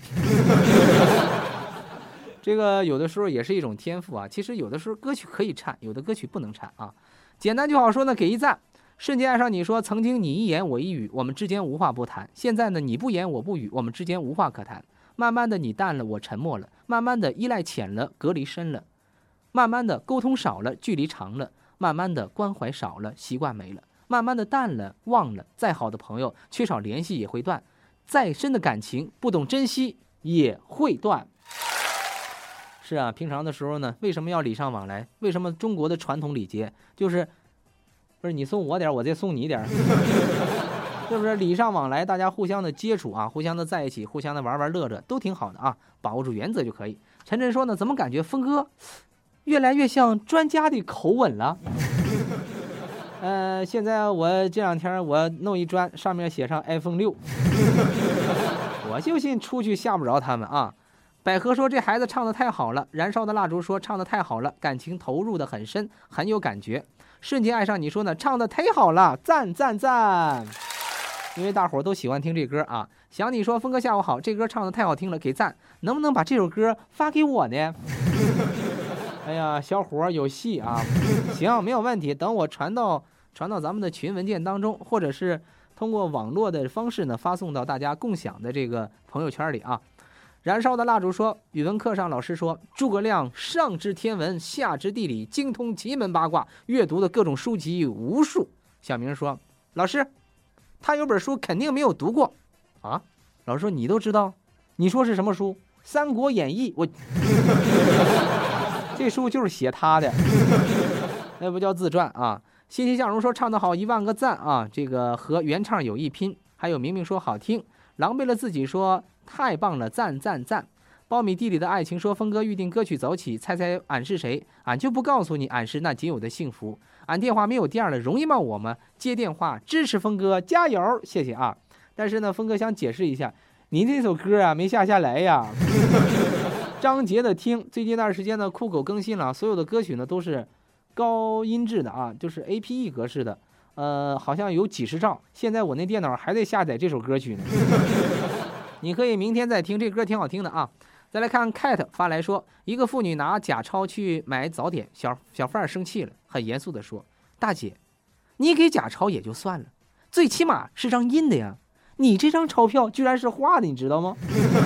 这个有的时候也是一种天赋啊。其实有的时候歌曲可以颤，有的歌曲不能颤啊。简单就好说呢，给一赞。瞬间爱上你说，曾经你一言我一语，我们之间无话不谈。现在呢，你不言我不语，我们之间无话可谈。慢慢的你淡了，我沉默了；慢慢的依赖浅了，隔离深了；慢慢的沟通少了，距离长了；慢慢的关怀少了，习惯没了；慢慢的淡了，忘了。再好的朋友，缺少联系也会断；再深的感情，不懂珍惜也会断。是啊，平常的时候呢，为什么要礼尚往来？为什么中国的传统礼节就是不是你送我点，我再送你点，是不是？礼尚往来，大家互相的接触啊，互相的在一起，互相的玩乐着，都挺好的啊，把握住原则就可以。陈晨说呢，怎么感觉峰哥越来越像专家的口吻了？现在我这两天我弄一砖，上面写上 iPhone 6，我就信出去吓不着他们啊。百合说，这孩子唱得太好了。燃烧的蜡烛说，唱得太好了，感情投入的很深，很有感觉。瞬间爱上你说呢，唱得忒好了，赞赞赞！因为大伙都喜欢听这歌啊。想你说，峰哥下午好，这歌唱得太好听了，给赞。能不能把这首歌发给我呢？哎呀，小伙有戏啊！行，没有问题。等我传到咱们的群文件当中，或者是通过网络的方式呢，发送到大家共享的这个朋友圈里啊。燃烧的蜡烛说，语文课上老师说，诸葛亮上知天文，下知地理，精通奇门八卦，阅读的各种书籍无数。小明说，老师，他有本书肯定没有读过啊。老师说，你都知道？你说是什么书？《三国演义》。我这书就是写他的，那不叫自传啊。欣欣向荣说，唱得好，10000个赞啊！这个和原唱有一拼。还有明明说好听，狼狈了自己说太棒了，赞赞赞！苞米地里的爱情说，峰哥预定歌曲走起，猜猜俺是谁？俺就不告诉你，俺是那仅有的幸福。俺电话没有电了，容易吗我们？接电话，支持峰哥，加油，谢谢啊！但是呢，峰哥想解释一下，你那首歌啊没下来呀。张杰的听，最近一段时间呢，酷狗更新了，所有的歌曲呢都是高音质的啊，就是 APE 格式的。 好像有几十兆，现在我那电脑还在下载这首歌曲呢。你可以明天再听，这歌挺好听的啊。再来看 Cat 发来说，一个妇女拿假钞去买早点，小贩生气了，很严肃地说：“大姐，你给假钞也就算了，最起码是张印的呀，你这张钞票居然是画的，你知道吗？”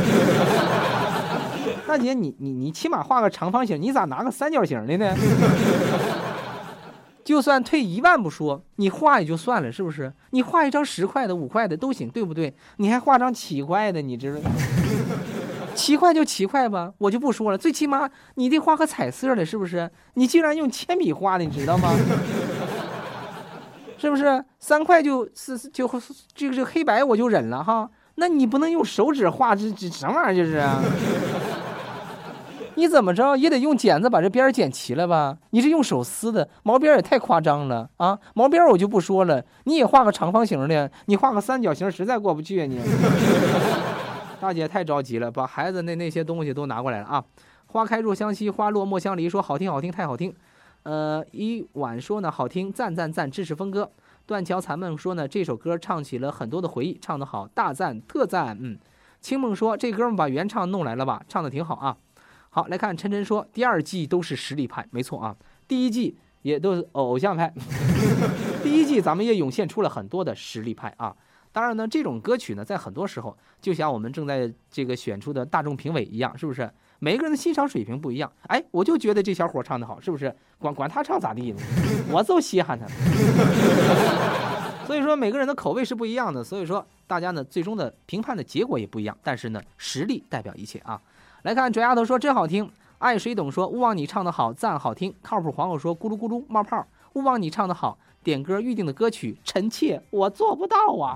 大姐，你起码画个长方形，你咋拿个三角形的呢？就算退1万不说，你画也就算了，是不是？你画一张10块的、5块的都行，对不对？你还画张7块的，你知道？7块就7块吧，我就不说了。最起码你得画个彩色的，是不是？你竟然用铅笔画的，你知道吗？是不是？3块就这个黑白我就忍了哈，那你不能用手指画，这什么玩意儿这是啊？你怎么着也得用剪子把这边剪齐了吧？你是用手撕的，毛边也太夸张了啊！毛边我就不说了，你也画个长方形的，你画个三角形实在过不去啊你。大姐太着急了，把孩子那些东西都拿过来了啊！花开若相惜，花落莫相离，说好听好听太好听。一晚说呢好听，赞赞赞，支持峰哥。断桥残梦说呢这首歌唱起了很多的回忆，唱得好，大赞特赞。青梦说这歌把原唱弄来了吧，唱得挺好啊。好，来看晨晨说第2季都是实力派，没错啊，第1季也都是偶像派，第1季咱们也涌现出了很多的实力派啊。当然呢，这种歌曲呢，在很多时候就像我们正在这个选出的大众评委一样，是不是？每个人的欣赏水平不一样，哎，我就觉得这小伙唱得好，是不是？管他唱咋地呢？我就稀罕他。所以说每个人的口味是不一样的，所以说大家呢最终的评判的结果也不一样，但是呢实力代表一切啊。来看拽丫头说真好听，爱谁懂说勿忘你唱得好，赞好听。靠谱皇后说咕噜咕噜冒泡，勿忘你唱得好。点歌预定的歌曲臣妾我做不到啊。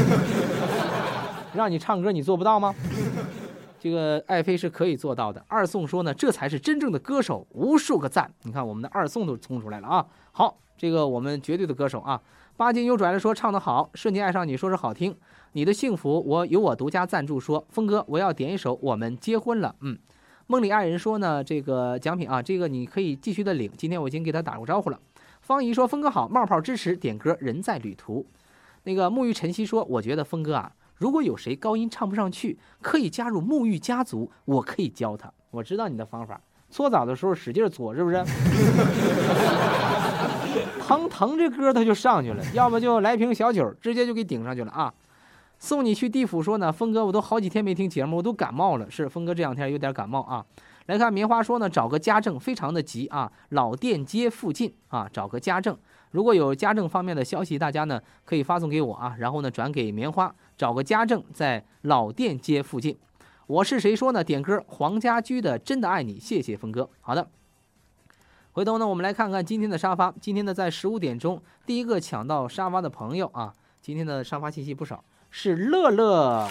让你唱歌你做不到吗？这个爱妃是可以做到的。二宋说呢这才是真正的歌手，无数个赞。你看我们的二宋都冲出来了啊。好，这个我们绝对的歌手啊。巴金又拽了说唱得好，瞬间爱上你说是好听。你的幸福我有我独家赞助说，峰哥我要点一首我们结婚了。梦里爱人说呢这个奖品啊，这个你可以继续的领，今天我已经给他打过招呼了。方怡说峰哥好，冒泡支持点歌人在旅途。那个沐浴晨曦说我觉得峰哥啊，如果有谁高音唱不上去，可以加入沐浴家族，我可以教他。我知道你的方法，搓澡的时候使劲搓，是不是？腾这歌他就上去了，要么就来瓶小酒，直接就给顶上去了啊。送你去地府说呢，峰哥我都好几天没听节目，我都感冒了。是峰哥这两天有点感冒啊。来看棉花说呢，找个家政非常的急啊，老店街附近啊，找个家政。如果有家政方面的消息，大家呢可以发送给我啊，然后呢转给棉花，找个家政在老店街附近。我是谁说呢？点歌黄家驹的《真的爱你》，谢谢峰哥。好的，回头呢我们来看看今天的沙发。今天呢在15点钟，第一个抢到沙发的朋友啊，今天的沙发信息不少，是乐乐。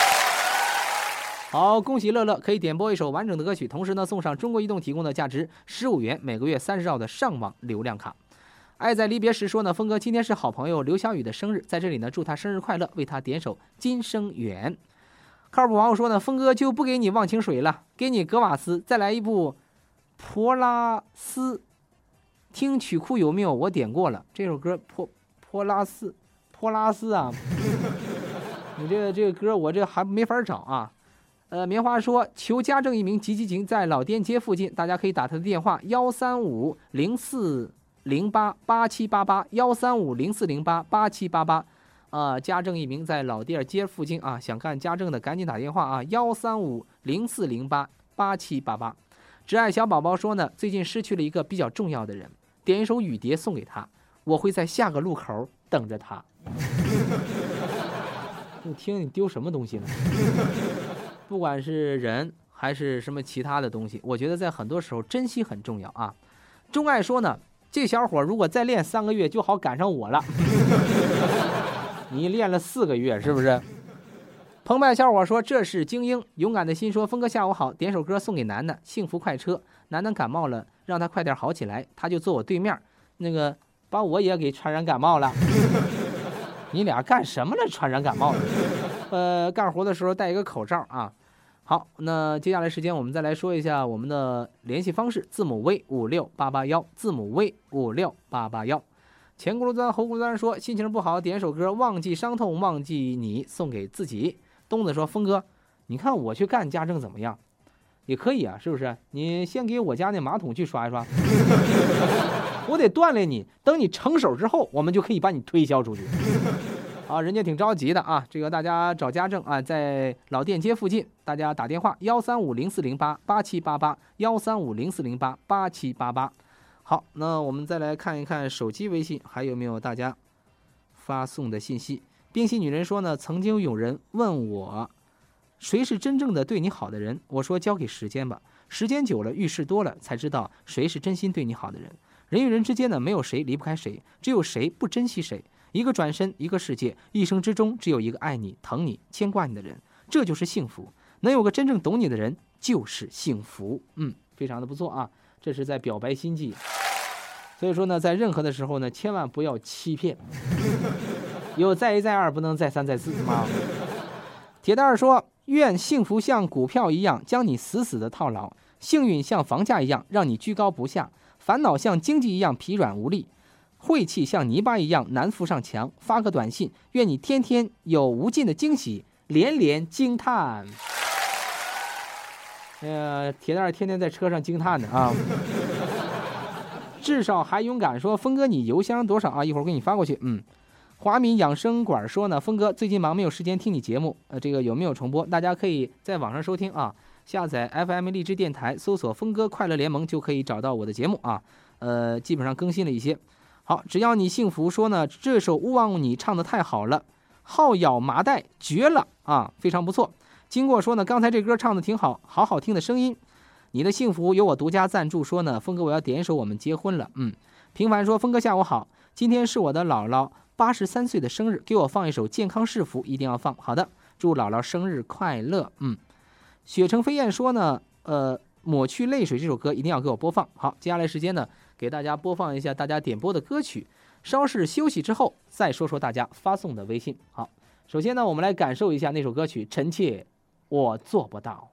好，恭喜乐乐可以点播一首完整的歌曲，同时呢送上中国移动提供的价值15元，每个月30兆的上网流量卡。爱在离别时说呢，峰哥今天是好朋友刘小雨的生日，在这里呢祝他生日快乐，为他点首今生缘。靠谱网友说呢，峰哥就不给你忘情水了，给你格瓦斯，再来一部珀拉斯，听曲库有没有？我点过了这首歌，珀拉斯啊，你这个歌我这还没法找啊。棉花说求家政一名急急情，在老店街附近，大家可以打他的电话13504088788，13504088788。家政一名在老店街附近啊，想看家政的赶紧打电话啊，13504088788。只爱小宝宝说呢，最近失去了一个比较重要的人，点一首雨蝶送给他，我会在下个路口等着他。我听你丢什么东西呢？不管是人还是什么其他的东西，我觉得在很多时候珍惜很重要啊。钟爱说呢，这小伙如果再练3个月就好赶上我了。你练了4个月是不是？澎湃小伙说这是精英，勇敢的心说峰哥下午好，点首歌送给楠楠，幸福快车。楠楠感冒了，让他快点好起来，他就坐我对面，那个把我也给传染感冒了。你俩干什么呢？传染感冒了？干活的时候戴一个口罩啊。好，那接下来时间我们再来说一下我们的联系方式，字母 V 56881，字母 V 56881。 前轱辘钻后轱辘钻说心情不好，点首歌忘记伤痛忘记你，送给自己。东子说峰哥，你看我去干家政怎么样？也可以啊，是不是？你先给我家那马桶去刷一刷，我得锻炼你，等你成手之后，我们就可以把你推销出去。啊，人家挺着急的啊，这个大家找家政啊，在老店街附近，大家打电话13504088788，13504088788。好，那我们再来看一看手机微信还有没有大家发送的信息。冰心女人说呢，曾经有人问我，谁是真正的对你好的人？我说交给时间吧，时间久了，遇事多了，才知道谁是真心对你好的人。人与人之间呢，没有谁离不开谁，只有谁不珍惜谁。一个转身，一个世界，一生之中只有一个爱你、疼你、牵挂你的人，这就是幸福。能有个真正懂你的人，就是幸福。非常的不错啊，这是在表白心迹。所以说呢，在任何的时候呢，千万不要欺骗。有再一再二，不能再三再四嘛。铁蛋儿说，愿幸福像股票一样将你死死的套牢，幸运像房价一样让你居高不下，烦恼像经济一样疲软无力，晦气像泥巴一样难扶上墙。发个短信，愿你天天有无尽的惊喜，连连惊叹。铁蛋儿天天在车上惊叹的啊。至少还勇敢说，峰哥你邮箱多少啊？一会儿给你发过去。华民养生馆说呢，峰哥最近忙没有时间听你节目，这个有没有重播？大家可以在网上收听啊，下载 FM 荔枝电台，搜索峰哥快乐联盟就可以找到我的节目啊。基本上更新了一些。好，只要你幸福说呢，这首勿忘你唱的太好了，好咬麻袋绝了啊，非常不错。经过说呢，刚才这歌唱的挺好，好好听的声音。你的幸福由我独家赞助说呢，峰哥我要点一首我们结婚了。平凡说，峰哥下午好，今天是我的姥姥83岁的生日，给我放一首健康是福，一定要放。好的，祝姥姥生日快乐。雪城飞燕说呢，抹去泪水这首歌一定要给我播放。好，接下来时间呢，给大家播放一下大家点播的歌曲，稍事休息之后再说说大家发送的微信。好，首先呢，我们来感受一下那首歌曲，臣妾我做不到。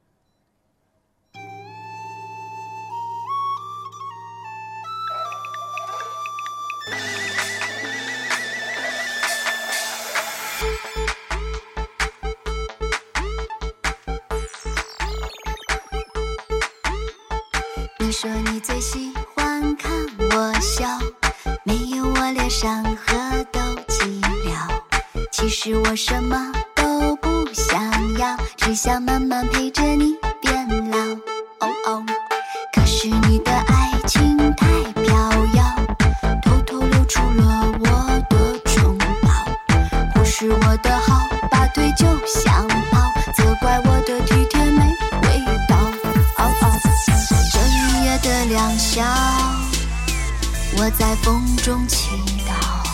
你说你最喜欢看我笑，没有我脸上河都寂寥。其实我什么都不想要，只想慢慢陪着你变老。可是你的爱情太飘摇，偷偷流出了我的城堡，忽视我的好，拔腿就想跑，责怪我的体贴没味道。这一夜的良宵，我在风中祈祷。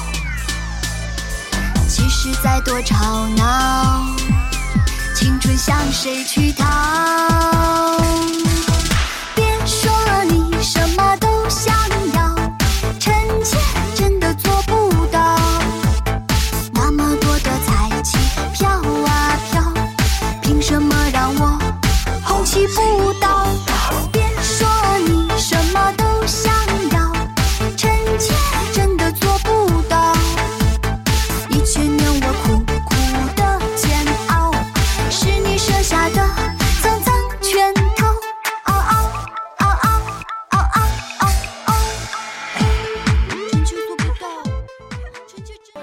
即使再多吵闹，青春向谁去讨？别说你什么都想要，臣妾真的做不到。那么多的才气飘啊飘，凭什么让我红旗不倒？别说你什么都想要，臣妾真的做不到。1000年我苦苦的煎熬，是你设下的层层圈套。臣妾做不到，臣妾真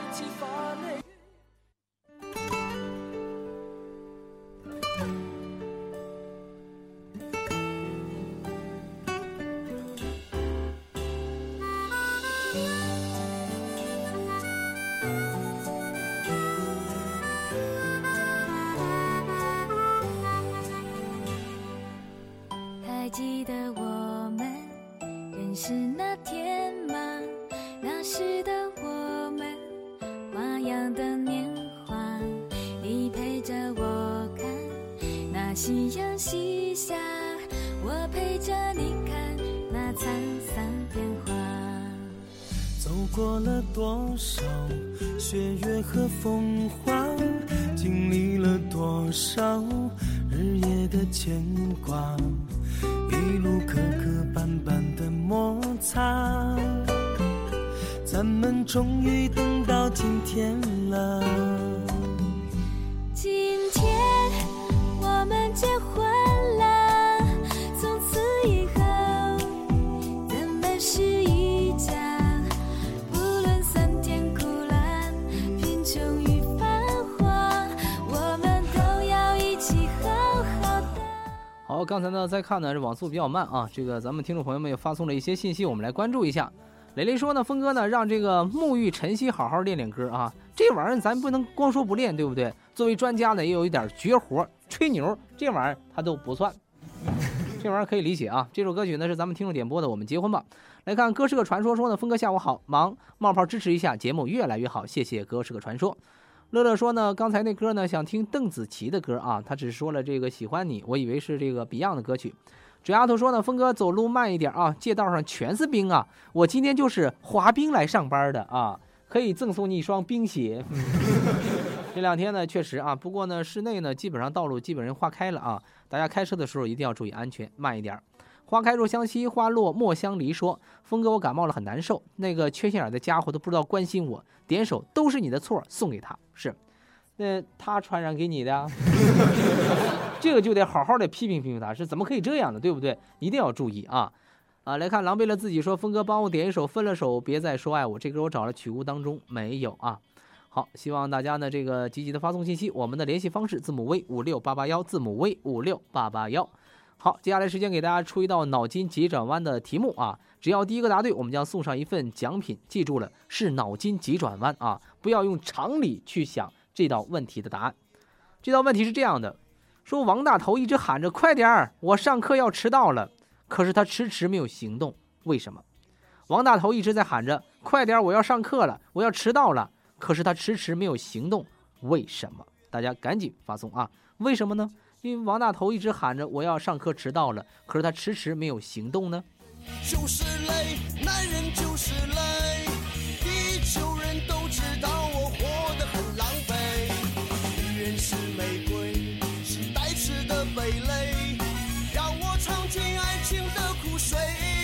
还记得我们认识那天吗？那时的我们花样的年华，你陪着我看那夕阳西下，我陪着你看那沧桑变化。 走过了多少雪月和风花，经历了多少日夜的牵挂，一路磕磕绊绊的摩擦，咱们终终于等到今天了。 今天我们结婚了，从此以后咱们是一家，不论酸甜苦辣，贫穷与繁华，我们都要一起好好的。 好，刚才呢在看呢，这网速比较慢啊，这个咱们听众朋友们也发送了一些信息，我们来关注一下。雷雷说呢，峰哥呢让这个沐浴晨曦好好练练歌啊，这玩意儿咱不能光说不练，对不对？作为专家呢，也有一点绝活，吹牛这玩意儿他都不算，这玩意儿可以理解啊。这首歌曲呢是咱们听众点播的《我们结婚吧》。来看歌是个传说说呢，峰哥下午好，忙冒泡支持一下节目越来越好，谢谢歌是个传说。乐乐说呢，刚才那歌呢想听邓紫棋的歌啊，他只说了这个喜欢你，我以为是这个 Beyond 的歌曲。纸丫头说呢，峰哥走路慢一点啊，街道上全是冰啊，我今天就是滑冰来上班的啊，可以赠送你一双冰鞋。这两天呢确实啊，不过呢室内呢基本上道路基本上化开了啊，大家开车的时候一定要注意安全，慢一点。花开若相惜，花落莫相离说，峰哥我感冒了很难受，那个缺心眼的家伙都不知道关心我，点首都是你的错送给他，是那他传染给你的啊。这个就得好好的批评批评他，是怎么可以这样的，对不对？一定要注意啊！来看狼狈了自己说，峰哥帮我点一首《分了手别再说爱我》，这歌我找了曲库当中没有啊。好，希望大家呢这个积极的发送信息，我们的联系方式字母 V56881，字母 V56881。好，接下来时间给大家出一道脑筋急转弯的题目啊，只要第一个答对，我们将送上一份奖品。记住了，是脑筋急转弯啊，不要用常理去想这道问题的答案。这道问题是这样的。说王大头一直喊着快点儿，我上课要迟到了，可是他迟迟没有行动，为什么？王大头一直在喊着快点儿，我要上课了，我要迟到了，可是他迟迟没有行动，为什么？大家赶紧发送啊！为什么呢？因为王大头一直喊着我要上课迟到了，可是他迟迟没有行动呢？ 就是累，男人就是累，地球人都知道我活得很狼狈，女人是玫瑰。的蓓蕾，让我尝尽爱情的苦水。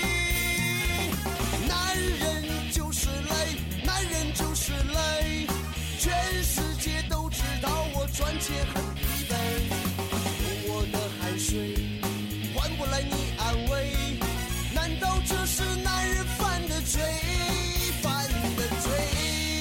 男人就是累，男人就是累，全世界都知道我赚钱很疲惫，用我的汗水换不来你安慰，难道这是男人犯的罪？犯的罪。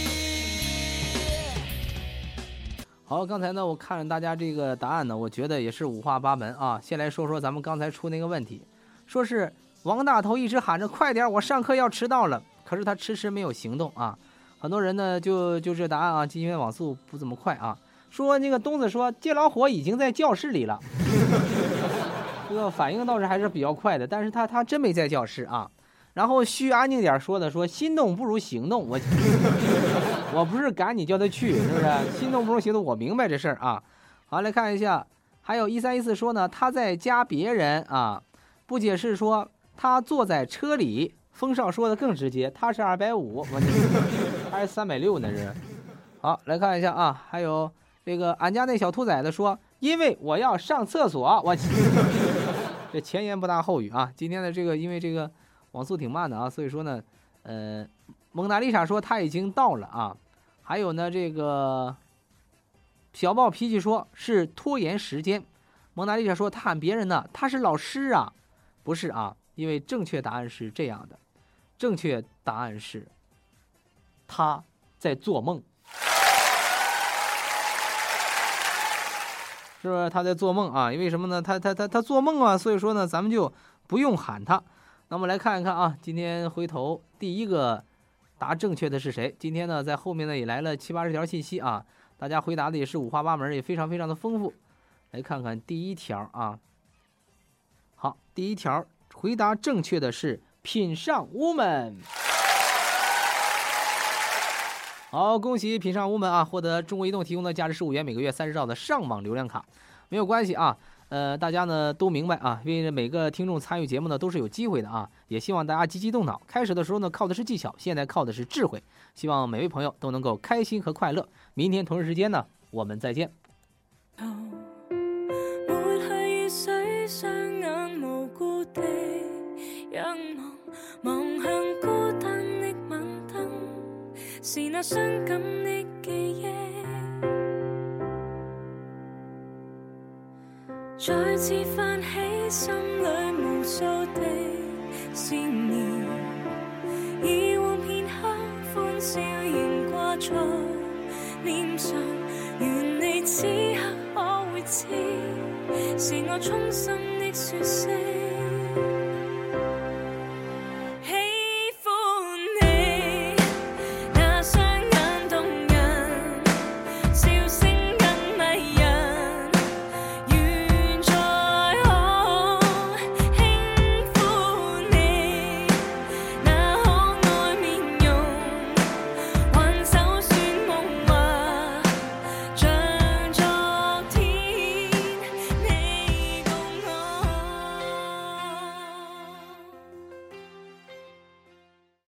好，刚才呢我看了大家这个答案呢，我觉得也是五花八门啊。先来说说咱们刚才出那个问题，说是王大头一直喊着快点，我上课要迟到了，可是他迟迟没有行动啊。很多人呢就这答案啊，因为网速不怎么快啊。说那个东子说借老火已经在教室里了，这个反应倒是还是比较快的，但是他真没在教室啊。然后需安静点说心动不如行动，我不是赶你叫他去，是不是？心动不如行动，我明白这事儿啊。好，来看一下，还有1314说呢，他在加别人啊，不解释说他坐在车里。风少说的更直接，他是250，他是360呢是。好，来看一下啊，还有这个俺家那小兔崽子说，因为我要上厕所，我这前言不搭后语啊。今天的这个因为这个网速挺慢的啊，所以说呢，蒙娜丽莎说他已经到了啊。还有呢，这个小暴脾气说是拖延时间。蒙娜丽莎说他喊别人呢，他是老师啊，不是啊，因为正确答案是这样的，正确答案是他在做梦，是不是他在做梦啊？因为什么呢？他做梦啊，所以说呢，咱们就不用喊他。那么来看一看啊，今天回头第一个答正确的是谁？今天呢，在后面呢也来了70-80条信息啊，大家回答的也是五花八门，也非常非常的丰富。来看看第一条啊，好，第一条回答正确的是品上 woman。好，恭喜品上 woman 啊，获得中国移动提供的价值15元每个月30兆的上网流量卡。没有关系啊，大家呢都明白啊，因为每个听众参与节目呢都是有机会的啊，也希望大家积极动脑。开始的时候呢靠的是技巧，现在靠的是智慧。希望每位朋友都能够开心和快乐。明天同日时间呢，我们再见。 是那傷感的記憶，再次泛起心裏無數的思念，以往片刻歡笑仍掛在臉上，願你此刻可會知，是我衷心的說聲。